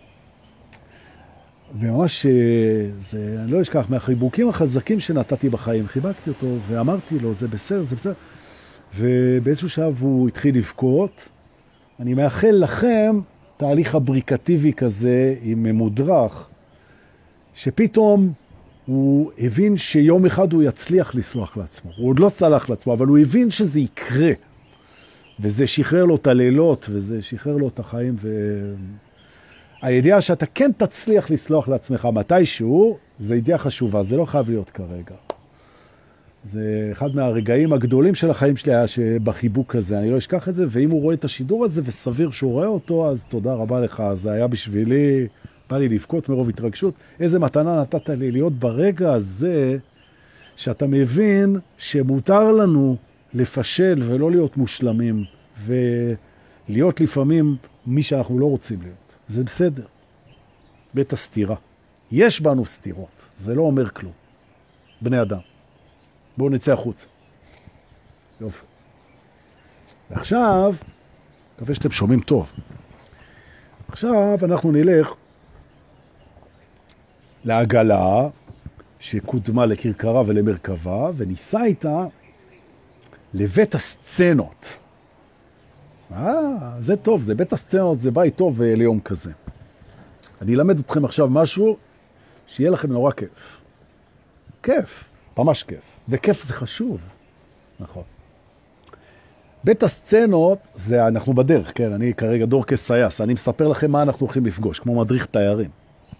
וממש, אני לא אשכח, מהחיבוקים החזקים שנתתי בחיים, חיבקתי אותו ואמרתי לו, זה בסדר, זה בסדר. ובאיזשהו שעה הוא התחיל לבכות. אני מאחל לכם תהליך הבריקטיבי כזה עם ממודרך, שפתאום הוא הבין שיום אחד הוא יצליח לסלוח לעצמו. הוא עוד לא סלח לעצמו, אבל הוא הבין שזה יקרה. וזה שחרר לו את הלילות, וזה שחרר לו את החיים. הידיעה שאתה כן תצליח לסלוח לעצמך מתישהו, זה ידיעה חשובה, זה לא חייב להיות כרגע. זה אחד מהרגעים הגדולים של החיים שלי היה שבחיבוק הזה, אני לא אשכח את זה, ואם הוא רואה את השידור הזה וסביר שהוא רואה אותו, אז תודה רבה לך, זה היה בשבילי, בא לי לבכות מרוב התרגשות. איזה מתנה נתת לי להיות ברגע הזה, שאתה מבין שמותר לנו לפשל ולא להיות מושלמים, ולהיות לפעמים מי שאנחנו לא רוצים להיות. זה בסדר. בית הסתירה. יש בנו סתירות, זה לא אומר כלום. בני אדם. בואו נצא החוץ. יופי. ועכשיו, מקווה שאתם שומעים טוב. עכשיו אנחנו נלך לעגלה שקודמה לקרקרה ולמרכבה, וניסה איתה לבית הסצנות. זה טוב, זה בית הסצנות, זה בית טוב ליום כזה. אני אלמד אתכם עכשיו משהו שיהיה לכם נורא כיף. כיף, ממש כיף. וכיף זה חשוב. נכון. בית הסצנות זה, אנחנו בדרך, כן, אני כרגע דור כסייס, אני מספר לכם מה אנחנו הולכים לפגוש, כמו מדריך תיירים.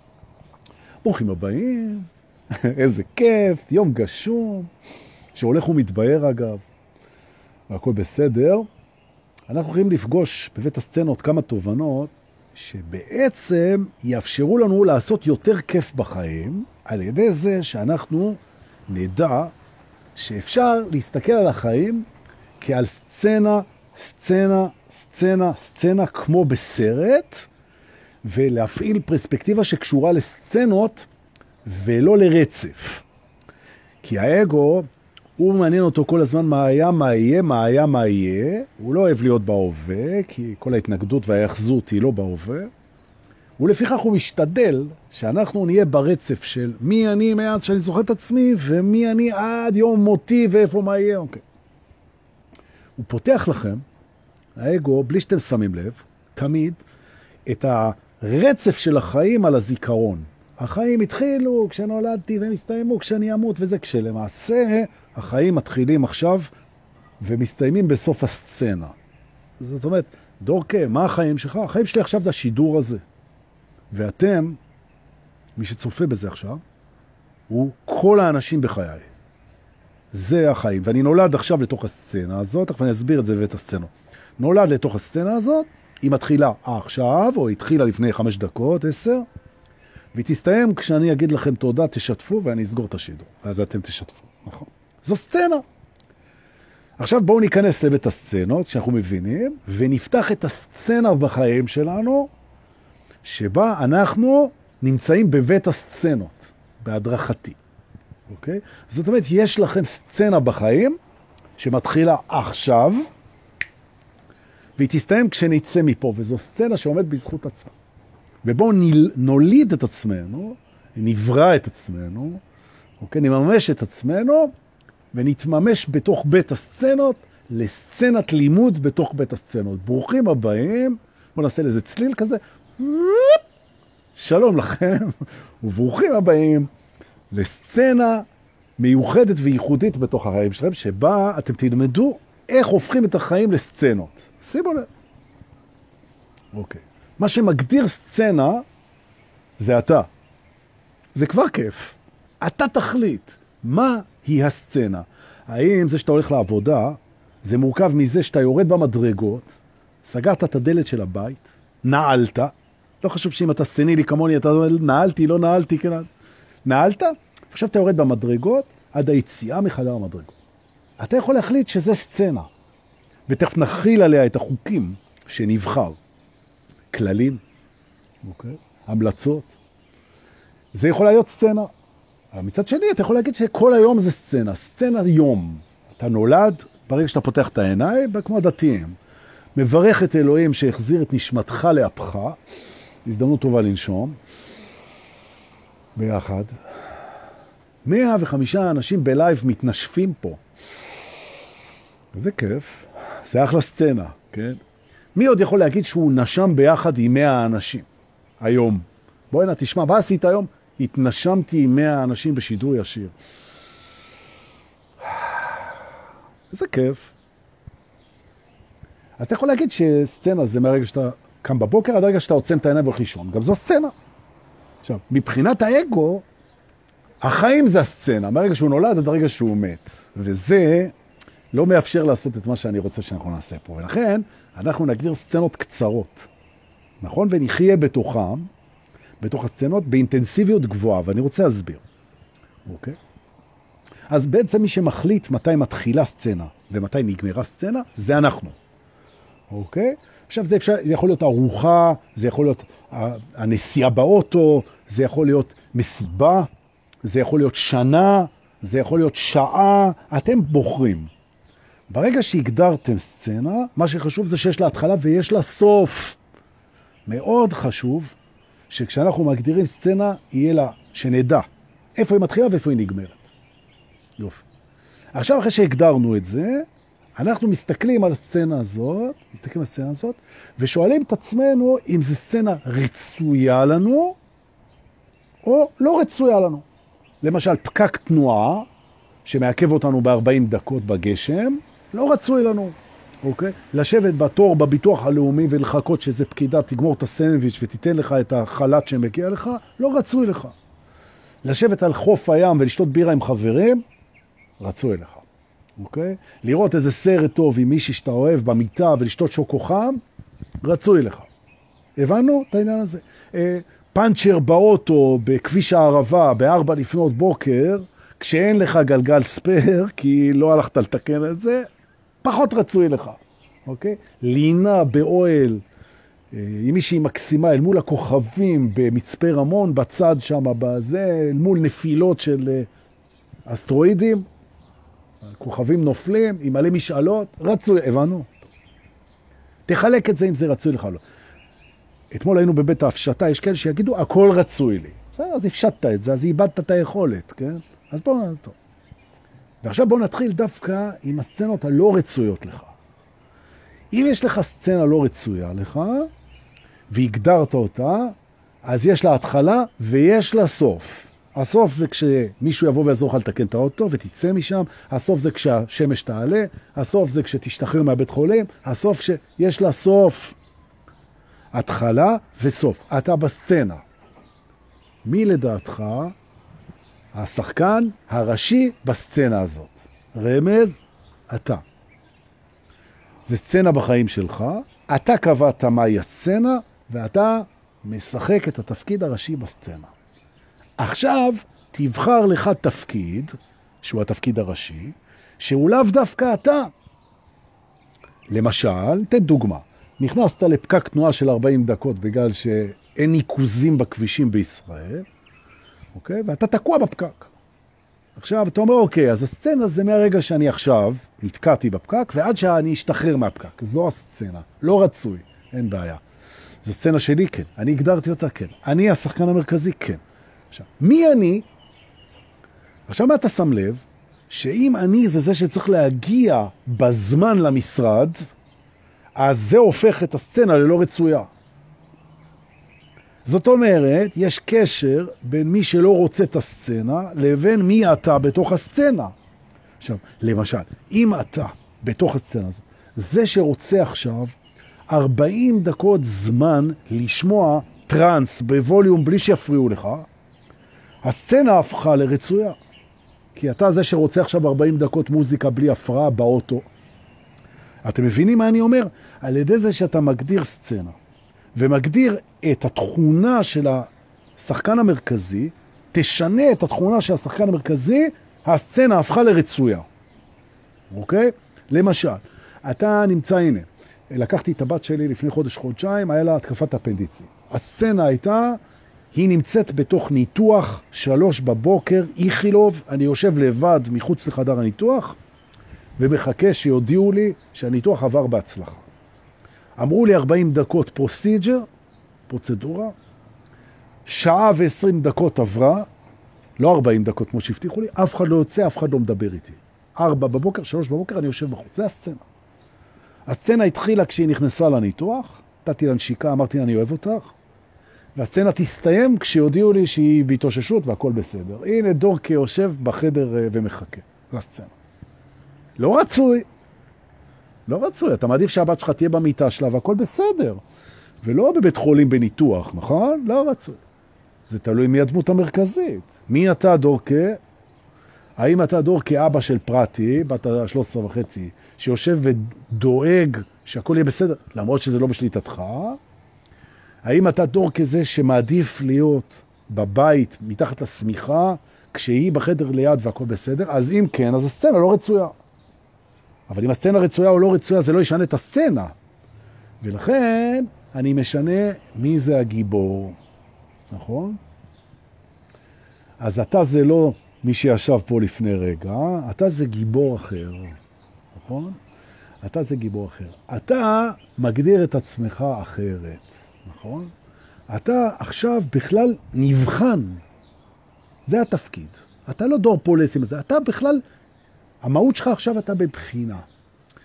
ברוכים הבאים, איזה כיף, יום גשום, שהולך ומתבהר אגב, והכל בסדר. אנחנו הולכים לפגוש בבית הסצנות כמה תובנות, שבעצם יאפשרו לנו לעשות יותר כיף בחיים, על ידי זה שאנחנו נדע שאפשר להסתכל על החיים כעל סצנה, סצנה, סצנה, סצנה כמו בסרט, ולהפעיל פרספקטיבה שקשורה לסצנות ולא לרצף. כי האגו, הוא מעניין אותו כל הזמן מה היה, מה יהיה, מה היה, מה יהיה. הוא לא אוהב להיות בהווה, כי כל ההתנגדות וההאחזות היא לא בהווה. ולפיכך הוא משתדל שאנחנו נהיה ברצף של מי אני מאז שאני זוכר את עצמי, ומי אני עד יום מותי ואיפה מה יהיה. אוקיי. הוא פותח לכם, האגו, בלי שאתם שמים לב, תמיד, את הרצף של החיים על הזיכרון. החיים התחילו כשנולדתי והם הסתיימו כשאני אמות, וזה כשלמעשה החיים מתחילים עכשיו ומסתיימים בסוף הסצנה. זאת אומרת, דורקה, מה החיים שלך? החיים שלי עכשיו זה השידור הזה. ואתם, מי שצופה בזה עכשיו, הוא כל האנשים בחיי. זה החיים. ואני נולד עכשיו לתוך הסצנה הזאת, תכף אני אסביר את זה ואת הסצנה. נולד לתוך הסצנה הזאת, היא מתחילה עכשיו, או התחילה לפני 5 דקות, 10, והיא תסתיים כשאני אגיד לכם תודה, תשתפו, ואני אסגור את השידור. אז אתם תשתפו, נכון? זו סצנה. עכשיו בואו ניכנס לבית הסצנות, כשאנחנו מבינים, ונפתח את הסצנה בחיים שלנו, שבה אנחנו נמצאים בבית הסצנות, בהדרכתי. אוקיי? זאת אומרת, יש לכם סצנה בחיים, שמתחילה עכשיו, והיא תסתיים כשנצא מפה, וזו סצנה שעומד בזכות עצמה. ובואו נוליד את עצמנו, נברא את עצמנו, אוקיי? נממש את עצמנו, ונתממש בתוך בית הסצנות, לסצנת לימוד בתוך בית הסצנות. ברוכים הבאים, בואו נעשה לזה צליל כזה, שלום לכם, וברוכים הבאים לסצנה מיוחדת וייחודית בתוך החיים שלכם, שבה אתם תלמדו איך הופכים את החיים לסצנות. שימו לב. אוקיי. מה שמגדיר סצנה זה אתה. זה כבר כיף. אתה תחליט מה היא הסצנה. האם זה שאתה הולך לעבודה, זה מורכב מזה שאתה יורד במדרגות, סגרת את הדלת של הבית, נעלת, לא חשוב שאם אתה סצנילי כמוני, אתה אומר, נעלתי, לא נעלתי, כן. נעלת, עכשיו אתה יורד במדרגות, עד היציאה מחדר המדרגות. אתה יכול להחליט שזה סצנה, ותכף נכיל עליה את החוקים שנבחר. כללים, אוקיי? המלצות. זה יכול להיות סצנה. אבל מצד שני, אתה יכול להגיד שכל היום זה סצנה. סצנה יום. אתה נולד, ברגע שאתה פותח את העיניים, כמו הדתיים. מברך את אלוהים שהחזיר את נשמתך לאפך. הזדמנות טובה לנשום. ביחד. 105 אנשים בלייב מתנשפים פה. זה כיף. זה אחלה סצנה, כן? מי עוד יכול להגיד שהוא נשם ביחד עם 100 אנשים היום? בואי הנה, תשמע, מה עשית היום? התנשמתי עם 100 אנשים בשידור ישיר. איזה כיף. אז אתה יכול להגיד שסצנה זה מהרגע שאתה קם בבוקר עד הרגע שאתה עוצם את העיניים והולך לישון. גם זו סצנה. עכשיו, מבחינת האגו, החיים זה הסצנה, מהרגע שהוא נולד עד הרגע שהוא מת. וזה לא מאפשר לעשות את מה שאני רוצה שאנחנו נעשה פה. ולכן, אנחנו נגדיר סצנות קצרות. נכון? ונחיה בתוכם, בתוך הסצנות, באינטנסיביות גבוהה. ואני רוצה להסביר. אוקיי? אז בעצם מי שמחליט מתי מתחילה סצנה ומתי נגמרה סצנה, זה אנחנו. אוקיי? עכשיו זה יכול להיות ארוחה, זה יכול להיות הנסיעה באוטו, זה יכול להיות מסיבה, זה יכול להיות שנה, זה יכול להיות שעה, אתם בוחרים. ברגע שהגדרתם סצנה, מה שחשוב זה שיש לה התחלה ויש לה סוף. מאוד חשוב שכשאנחנו מגדירים סצנה, יהיה לה שנדע איפה היא מתחילה ואיפה היא נגמרת. יופי. עכשיו אחרי שהגדרנו את זה, אנחנו מסתכלים על הסצנה הזאת, ושואלים את עצמנו אם זו סצנה רצויה לנו, או לא רצויה לנו. למשל, פקק תנועה, שמעכב אותנו ב-40 דקות בגשם, לא רצוי לנו. אוקיי? לשבת בתור בביטוח הלאומי ולחכות שזה פקידה תגמור את הסנדוויץ' ותיתן לך את החלט שמגיע לך, לא רצוי לך. לשבת על חוף הים ולשתות בירה עם חברים, רצוי לך. אוקיי? לראות איזה סרט טוב עם מישהי שאתה אוהב במיטה ולשתות שוקו חם, רצוי לך. הבנו את העניין הזה? פנצ'ר באוטו בכביש הערבה ב-4 לפנות בוקר, כשאין לך גלגל ספר, כי לא הלכת לתקן את זה, פחות רצוי לך. אוקיי? לינה באוהל, עם מישהי מקסימה אל מול הכוכבים במצפה רמון, בצד שם, בזה, אל מול נפילות של אסטרואידים, כוכבים נופלים, עם מלא משאלות, רצוי, הבנו? תחלק את זה אם זה רצוי לך לא. אתמול היינו בבית ההפשטה, יש כאלה שיגידו, הכל רצוי לי. אז הפשטת את זה, אז איבדת את היכולת, כן? אז בואו נתחיל. ועכשיו בואו נתחיל דווקא עם הסצנות הלא רצויות לך. אם יש לך סצנה לא רצויה לך, והגדרת אותה, אז יש לה התחלה ויש לה סוף. הסוף זה כשמישהו יבוא ויעזור לך לתקן את האוטו ותצא משם, הסוף זה כשהשמש תעלה, הסוף זה כשתשתחרר מהבית חולים, הסוף שיש לה סוף. התחלה וסוף. אתה בסצנה. מי לדעתך השחקן הראשי בסצנה הזאת? רמז, אתה. זה סצנה בחיים שלך, אתה קבעת מהי הסצנה, ואתה משחק את התפקיד הראשי בסצנה. עכשיו תבחר לך תפקיד, שהוא התפקיד הראשי, שהוא לאו דווקא אתה. למשל, תן דוגמה. נכנסת לפקק תנועה של 40 דקות בגלל שאין ניקוזים בכבישים בישראל, אוקיי? ואתה תקוע בפקק. עכשיו אתה אומר, אוקיי, אז הסצנה זה מהרגע שאני עכשיו נתקעתי בפקק, ועד שאני אשתחרר מהפקק. זו הסצנה. לא רצוי, אין בעיה. זו סצנה שלי, כן. אני הגדרתי אותה, כן. אני השחקן המרכזי, כן. עכשיו, מי אני? עכשיו מה אתה שם לב? שאם אני זה שצריך להגיע בזמן למשרד, אז זה הופך את הסצנה ללא רצויה. זאת אומרת, יש קשר בין מי שלא רוצה את הסצנה, לבין מי אתה בתוך הסצנה. עכשיו, למשל, אם אתה בתוך הסצנה הזאת, זה שרוצה עכשיו 40 דקות זמן לשמוע טרנס בווליום בלי שיפריעו לך, הסצנה הפכה לרצויה. כי אתה זה שרוצה עכשיו 40 דקות מוזיקה בלי הפרעה באוטו. אתם מבינים מה אני אומר? על ידי זה שאתה מגדיר סצנה, ומגדיר את התכונה של השחקן המרכזי, תשנה את התכונה של השחקן המרכזי, הסצנה הפכה לרצויה. אוקיי? למשל, אתה נמצא, הנה, לקחתי את הבת שלי לפני חודש-חודשיים, היה לה התקפת אפנדיצית. הסצנה הייתה, היא נמצאת בתוך ניתוח, 3 בבוקר, איכילוב, אני יושב לבד מחוץ לחדר הניתוח, ומחכה שיודיעו לי שהניתוח עבר בהצלחה. אמרו לי 40 דקות פרוצדורה, שעה ו20 דקות עברה, לא 40 דקות כמו שהבטיחו לי, אף אחד לא יוצא, אף אחד לא מדבר איתי. 4 בבוקר, 3 בבוקר, אני יושב בחוץ. זה הסצנה. הסצנה התחילה כשהיא נכנסה לניתוח, נתתי לה נשיקה, אמרתי לה, אני אוהב אותך, והסצנה תסתיים כשיודיעו לי שהיא בהתאוששות והכל בסדר. הנה דורקה יושב בחדר ומחכה. זה הסצנה. לא רצוי. לא רצוי. אתה מעדיף שהבת שלך תהיה במיטה שלה והכל בסדר. ולא בבית חולים בניתוח, נכון? לא רצוי. זה תלוי מי הדמות המרכזית. מי אתה דורקה? האם אתה דורקה אבא של פרטי, בת ה-13 וחצי, שיושב ודואג שהכל יהיה בסדר, למרות שזה לא בשליטתך? האם אתה דורקה זה שמעדיף להיות בבית מתחת לסמיכה, כשהיא בחדר ליד והכל בסדר? אז אם כן, אז הסצנה לא רצויה. אבל אם הסצנה רצויה או לא רצויה, זה לא ישנה את הסצנה. ולכן אני משנה מי זה הגיבור. נכון? אז אתה זה לא מי שישב פה לפני רגע, אתה זה גיבור אחר. נכון? אתה זה גיבור אחר. אתה מגדיר את עצמך אחרת. נכון? אתה עכשיו בכלל נבחן. זה התפקיד. אתה לא דור פולסים הזה. אתה בכלל, המהות שלך עכשיו אתה בבחינה.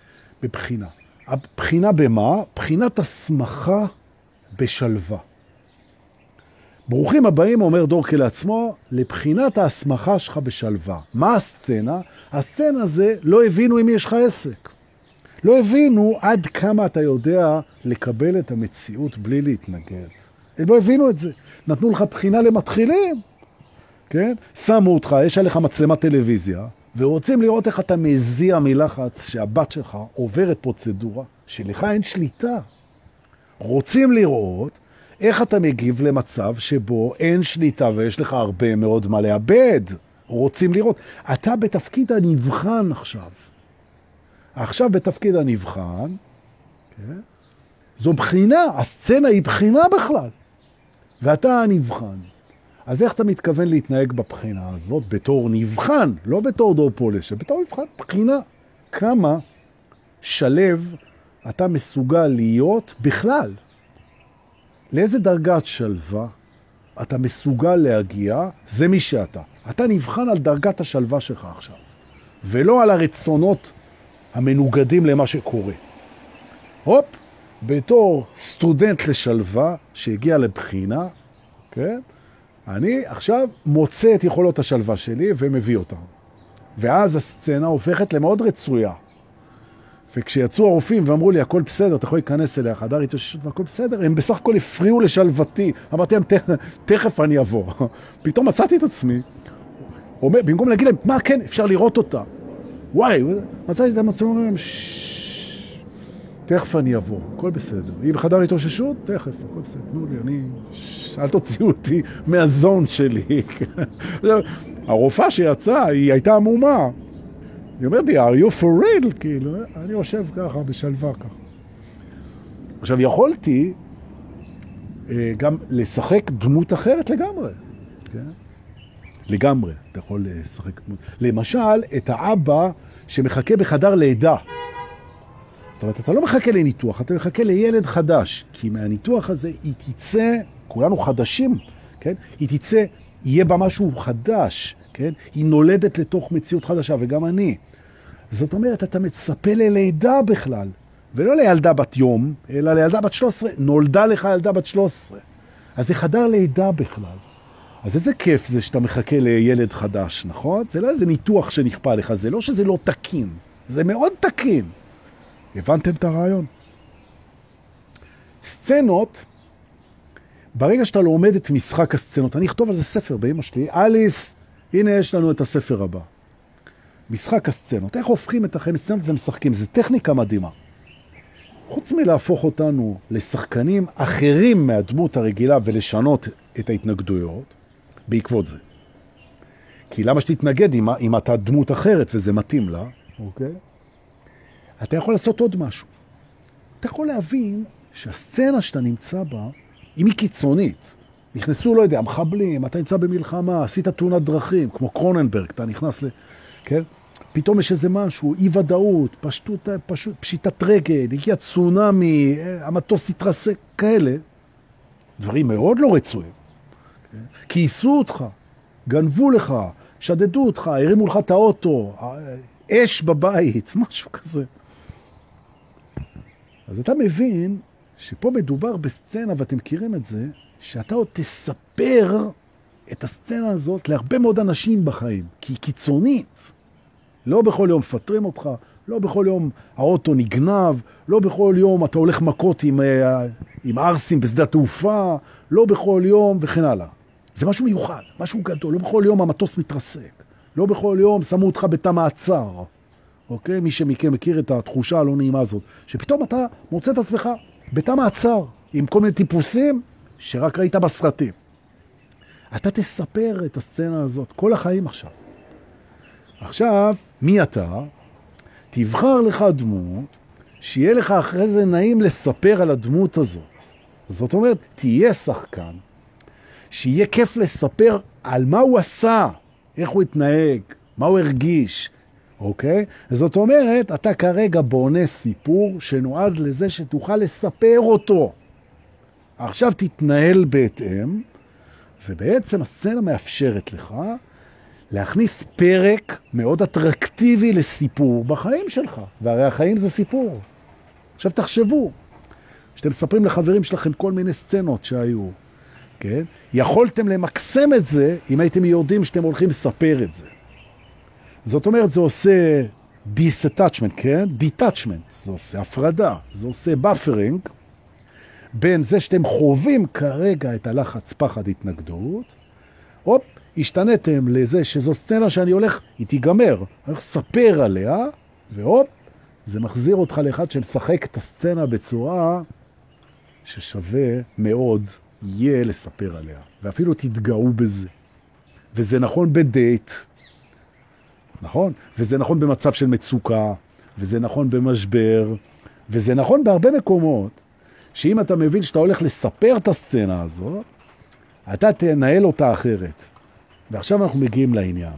בבחינה. הבחינה במה? בחינת הסמכה בשלווה. ברוכים הבאים, אומר דורקה לעצמו, לבחינת ההסמכה שלך בשלווה. מה הסצנה? הסצנה זה לא הבינו אם יש לך עסק. לא הבינו עד כמה אתה יודע לקבל את המציאות בלי להתנגד. הם לא הבינו את זה. נתנו לך בחינה למתחילים. כן? שמו אותך, יש עליך מצלמת טלוויזיה, ורוצים לראות איך אתה מזיע מלחץ שהבת שלך עוברת פרוצדורה, שלך אין שליטה. רוצים לראות איך אתה מגיב למצב שבו אין שליטה ויש לך הרבה מאוד מה לאבד. רוצים לראות. אתה בתפקיד הנבחן עכשיו. עכשיו בתפקיד הנבחן, כן? זו בחינה, הסצנה היא בחינה בכלל. ואתה הנבחן. אז איך אתה מתכוון להתנהג בבחינה הזאת? בתור נבחן, לא בתור דורפולש, בתור נבחן, בחינה. כמה שלב אתה מסוגל להיות בכלל? לאיזה דרגת שלווה אתה מסוגל להגיע? זה מי שאתה. אתה נבחן על דרגת השלווה שלך עכשיו, ולא על הרצונות המנוגדים למה שקורה. הופ, בתור סטודנט לשלווה שהגיע לבחינה, כן? אני עכשיו מוצא את יכולות השלווה שלי ומביא אותם. ואז הסצנה הופכת למאוד רצויה. וכשיצאו הרופאים ואמרו לי, הכל בסדר, אתה יכול להיכנס אליה, חדר התאוששות והכל בסדר, הם בסך הכל הפריעו לשלוותי. אמרתי להם, תכף אני אבוא. פתאום מצאתי את עצמי, במקום להגיד להם, מה כן, אפשר לראות אותה. וואי, מצאתי את המצלמה, אומרים, תכף אני אבוא, הכל בסדר. היא בחדר התאוששות? תכף, הכל בסדר. תנו לי, אל תוציאו אותי מהזון שלי. הרופאה שיצאה, היא הייתה עמומה. היא אומרת לי, are you for real? כאילו, אני יושב ככה, בשלווה ככה. עכשיו, יכולתי גם לשחק דמות אחרת לגמרי. כן? לגמרי, אתה יכול לשחק דמות. למשל, את האבא שמחכה בחדר לידה. זאת אומרת, אתה לא מחכה לניתוח, אתה מחכה לילד חדש. כי מהניתוח הזה היא תצא, כולנו חדשים, כן? היא תצא, יהיה בה משהו חדש, כן? היא נולדת לתוך מציאות חדשה, וגם אני. זאת אומרת, אתה מצפה ללידה בכלל, ולא לילדה בת יום, אלא לילדה בת 13. נולדה לך ילדה בת 13. אז זה חדר לידה בכלל. אז איזה כיף זה שאתה מחכה לילד חדש, נכון? זה לא איזה ניתוח שנכפה לך, זה לא שזה לא תקין. זה מאוד תקין. הבנתם את הרעיון? סצנות, ברגע שאתה לומד את משחק הסצנות, אני אכתוב על זה ספר באמא שלי, אליס, הנה יש לנו את הספר הבא. משחק הסצנות, איך הופכים את החיים סצנות ומשחקים, זה טכניקה מדהימה. חוץ מלהפוך אותנו לשחקנים אחרים מהדמות הרגילה ולשנות את ההתנגדויות, בעקבות זה. כי למה שתתנגד אם אתה דמות אחרת וזה מתאים לה, אוקיי? אתה יכול לעשות עוד משהו. אתה יכול להבין שהסצנה שאתה נמצא בה, אם היא קיצונית, נכנסו, לא יודע, מחבלים, אתה נמצא במלחמה, עשית תאונת דרכים, כמו קרוננברג, אתה נכנס כן? פתאום יש איזה משהו, אי ודאות, פשיטת רגל, הגיע צונמי, המטוס התרסק, כאלה. דברים מאוד לא רצויים. כייסו אותך, גנבו לך, שדדו אותך, הרימו לך את האוטו, אש בבית, משהו כזה. אז אתה מבין שפה מדובר בסצנה, ואתם מכירים את זה, שאתה עוד תספר את הסצנה הזאת להרבה מאוד אנשים בחיים, כי היא קיצונית. לא בכל יום מפטרים אותך, לא בכל יום האוטו נגנב, לא בכל יום אתה הולך מכות עם ארסים בשדה התעופה, לא בכל יום וכן הלאה. זה משהו מיוחד, משהו גדול, לא בכל יום המטוס מתרסק, לא בכל יום שמו אותך בתא מעצר. אוקיי? מי שמכם מכיר את התחושה הלא נעימה הזאת, שפתאום אתה מוצא את עצמך בתא מעצר, עם כל מיני טיפוסים שרק ראית בסרטים. אתה תספר את הסצנה הזאת כל החיים עכשיו. עכשיו, מי אתה? תבחר לך דמות, שיהיה לך אחרי זה נעים לספר על הדמות הזאת. זאת אומרת, תהיה שחקן, שיהיה כיף לספר על מה הוא עשה, איך הוא התנהג, מה הוא הרגיש, אוקיי? זאת אומרת, אתה כרגע בונה סיפור שנועד לזה שתוכל לספר אותו. עכשיו תתנהל בהתאם, ובעצם הסצנה מאפשרת לך להכניס פרק מאוד אטרקטיבי לסיפור בחיים שלך. והרי החיים זה סיפור. עכשיו תחשבו, שאתם מספרים לחברים שלכם כל מיני סצנות שהיו, כן? יכולתם למקסם את זה אם הייתם יודעים שאתם הולכים לספר את זה. זאת אומרת, זה עושה disattachment, כן? detachment, זה עושה הפרדה, זה עושה buffering, בין זה שאתם חווים כרגע את הלחץ, פחד, התנגדות, הופ, השתנתם לזה שזו סצנה שאני הולך, היא תיגמר, אני הולך לספר עליה, והופ, זה מחזיר אותך לאחד שמשחק את הסצנה בצורה ששווה מאוד יהיה לספר עליה, ואפילו תתגאו בזה. וזה נכון בדייט, נכון? וזה נכון במצב של מצוקה, וזה נכון במשבר, וזה נכון בהרבה מקומות, שאם אתה מבין שאתה הולך לספר את הסצנה הזאת, אתה תנהל אותה אחרת. ועכשיו אנחנו מגיעים לעניין.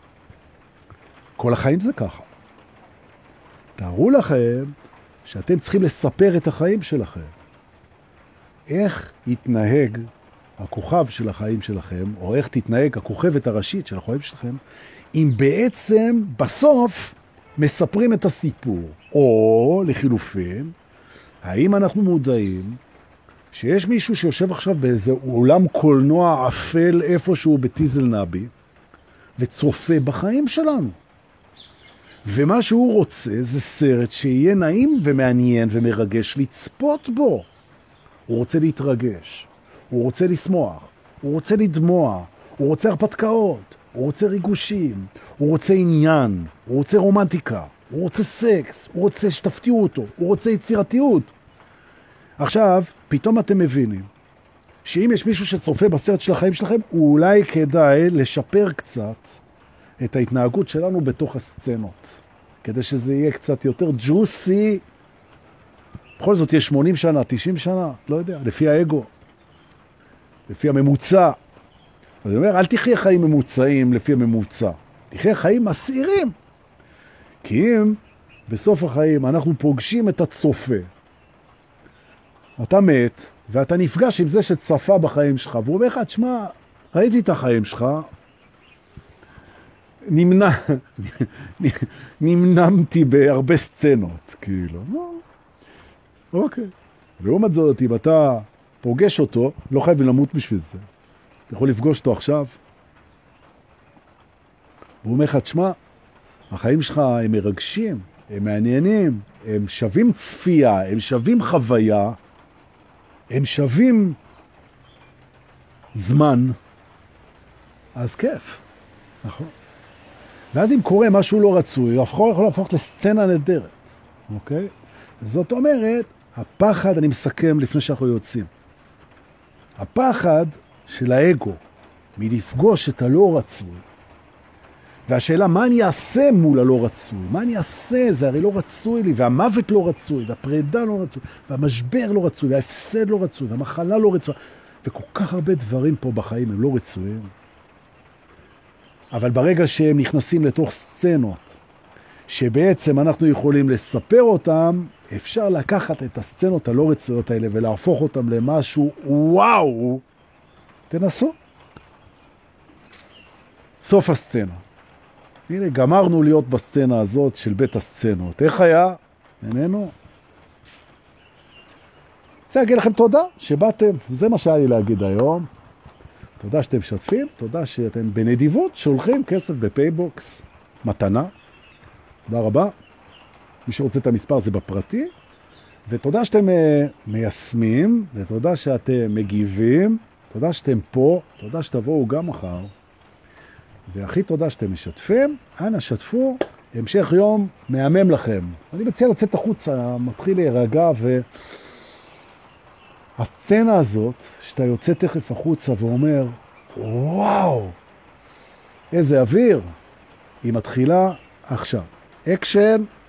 כל החיים זה ככה. תארו לכם שאתם צריכים לספר את החיים שלכם. איך יתנהג הכוכב של החיים שלכם, או איך תתנהג הכוכבת הראשית של החיים שלכם, אם בעצם בסוף מספרים את הסיפור, או לחילופין, האם אנחנו מודעים שיש מישהו שיושב עכשיו באיזה עולם קולנוע אפל איפשהו בטיזל נבי, וצופה בחיים שלנו. ומה שהוא רוצה זה סרט שיהיה נעים ומעניין ומרגש לצפות בו. הוא רוצה להתרגש, הוא רוצה לשמוח, הוא רוצה לדמוע, הוא רוצה הרפתקאות, הוא רוצה ריגושים, הוא רוצה עניין, הוא רוצה רומנטיקה, הוא רוצה סקס, הוא רוצה שתפתיעו אותו, הוא רוצה יצירתיות. עכשיו, פתאום אתם מבינים שאם יש מישהו שצופה בסרט של החיים שלכם, אולי כדאי לשפר קצת את ההתנהגות שלנו בתוך הסצנות, כדי שזה יהיה קצת יותר ג'וסי. בכל זאת יש 80 שנה, 90 שנה, לא יודע, לפי האגו, לפי הממוצע. אז אני אומר, אל תחיה חיים ממוצעים לפי הממוצע, תחיה חיים מסעירים. כי אם בסוף החיים אנחנו פוגשים את הצופה, אתה מת, ואתה נפגש עם זה שצפה בחיים שלך, והוא אומר לך, תשמע, ראיתי את החיים שלך, נמנמתי בהרבה סצנות, כאילו, אוקיי. לעומת זאת, אם אתה פוגש אותו, לא חייב למות בשביל זה. אתה יכול לפגוש אותו עכשיו, והוא אומר לך, תשמע, החיים שלך הם מרגשים, הם מעניינים, הם שווים צפייה, הם שווים חוויה, הם שווים זמן, אז כיף, נכון? ואז אם קורה משהו לא רצוי, הוא יכול להפוך לסצנה נהדרת, אוקיי? זאת אומרת, הפחד, אני מסכם לפני שאנחנו יוצאים, הפחד של האגו מלפגוש את הלא רצוי, והשאלה מה אני אעשה מול הלא רצוי, מה אני אעשה, זה הרי לא רצוי לי, והמוות לא רצוי, והפרידה לא רצוי, והמשבר לא רצוי, וההפסד לא רצוי, והמחלה לא רצוי, וכל כך הרבה דברים פה בחיים הם לא רצויים. אבל ברגע שהם נכנסים לתוך סצנות, שבעצם אנחנו יכולים לספר אותם, אפשר לקחת את הסצנות הלא רצויות האלה ולהפוך אותם למשהו, וואו, תנסו. סוף הסצנה. הנה, גמרנו להיות בסצנה הזאת של בית הסצנות. איך היה? איננו. רוצה להגיד לכם תודה שבאתם. זה מה שהיה לי להגיד היום. תודה שאתם משתפים, תודה שאתם בנדיבות שולחים כסף בפייבוקס, מתנה. תודה רבה. מי שרוצה את המספר זה בפרטי. ותודה שאתם מיישמים, ותודה שאתם מגיבים, תודה שאתם פה, תודה שתבואו גם מחר. והכי תודה שאתם משתפים, אנא שתפו, המשך יום מהמם לכם. אני מציע לצאת החוצה, מתחיל להירגע, והסצנה הזאת, שאתה יוצא תכף החוצה ואומר, וואו, איזה אוויר, היא מתחילה עכשיו. אקשן.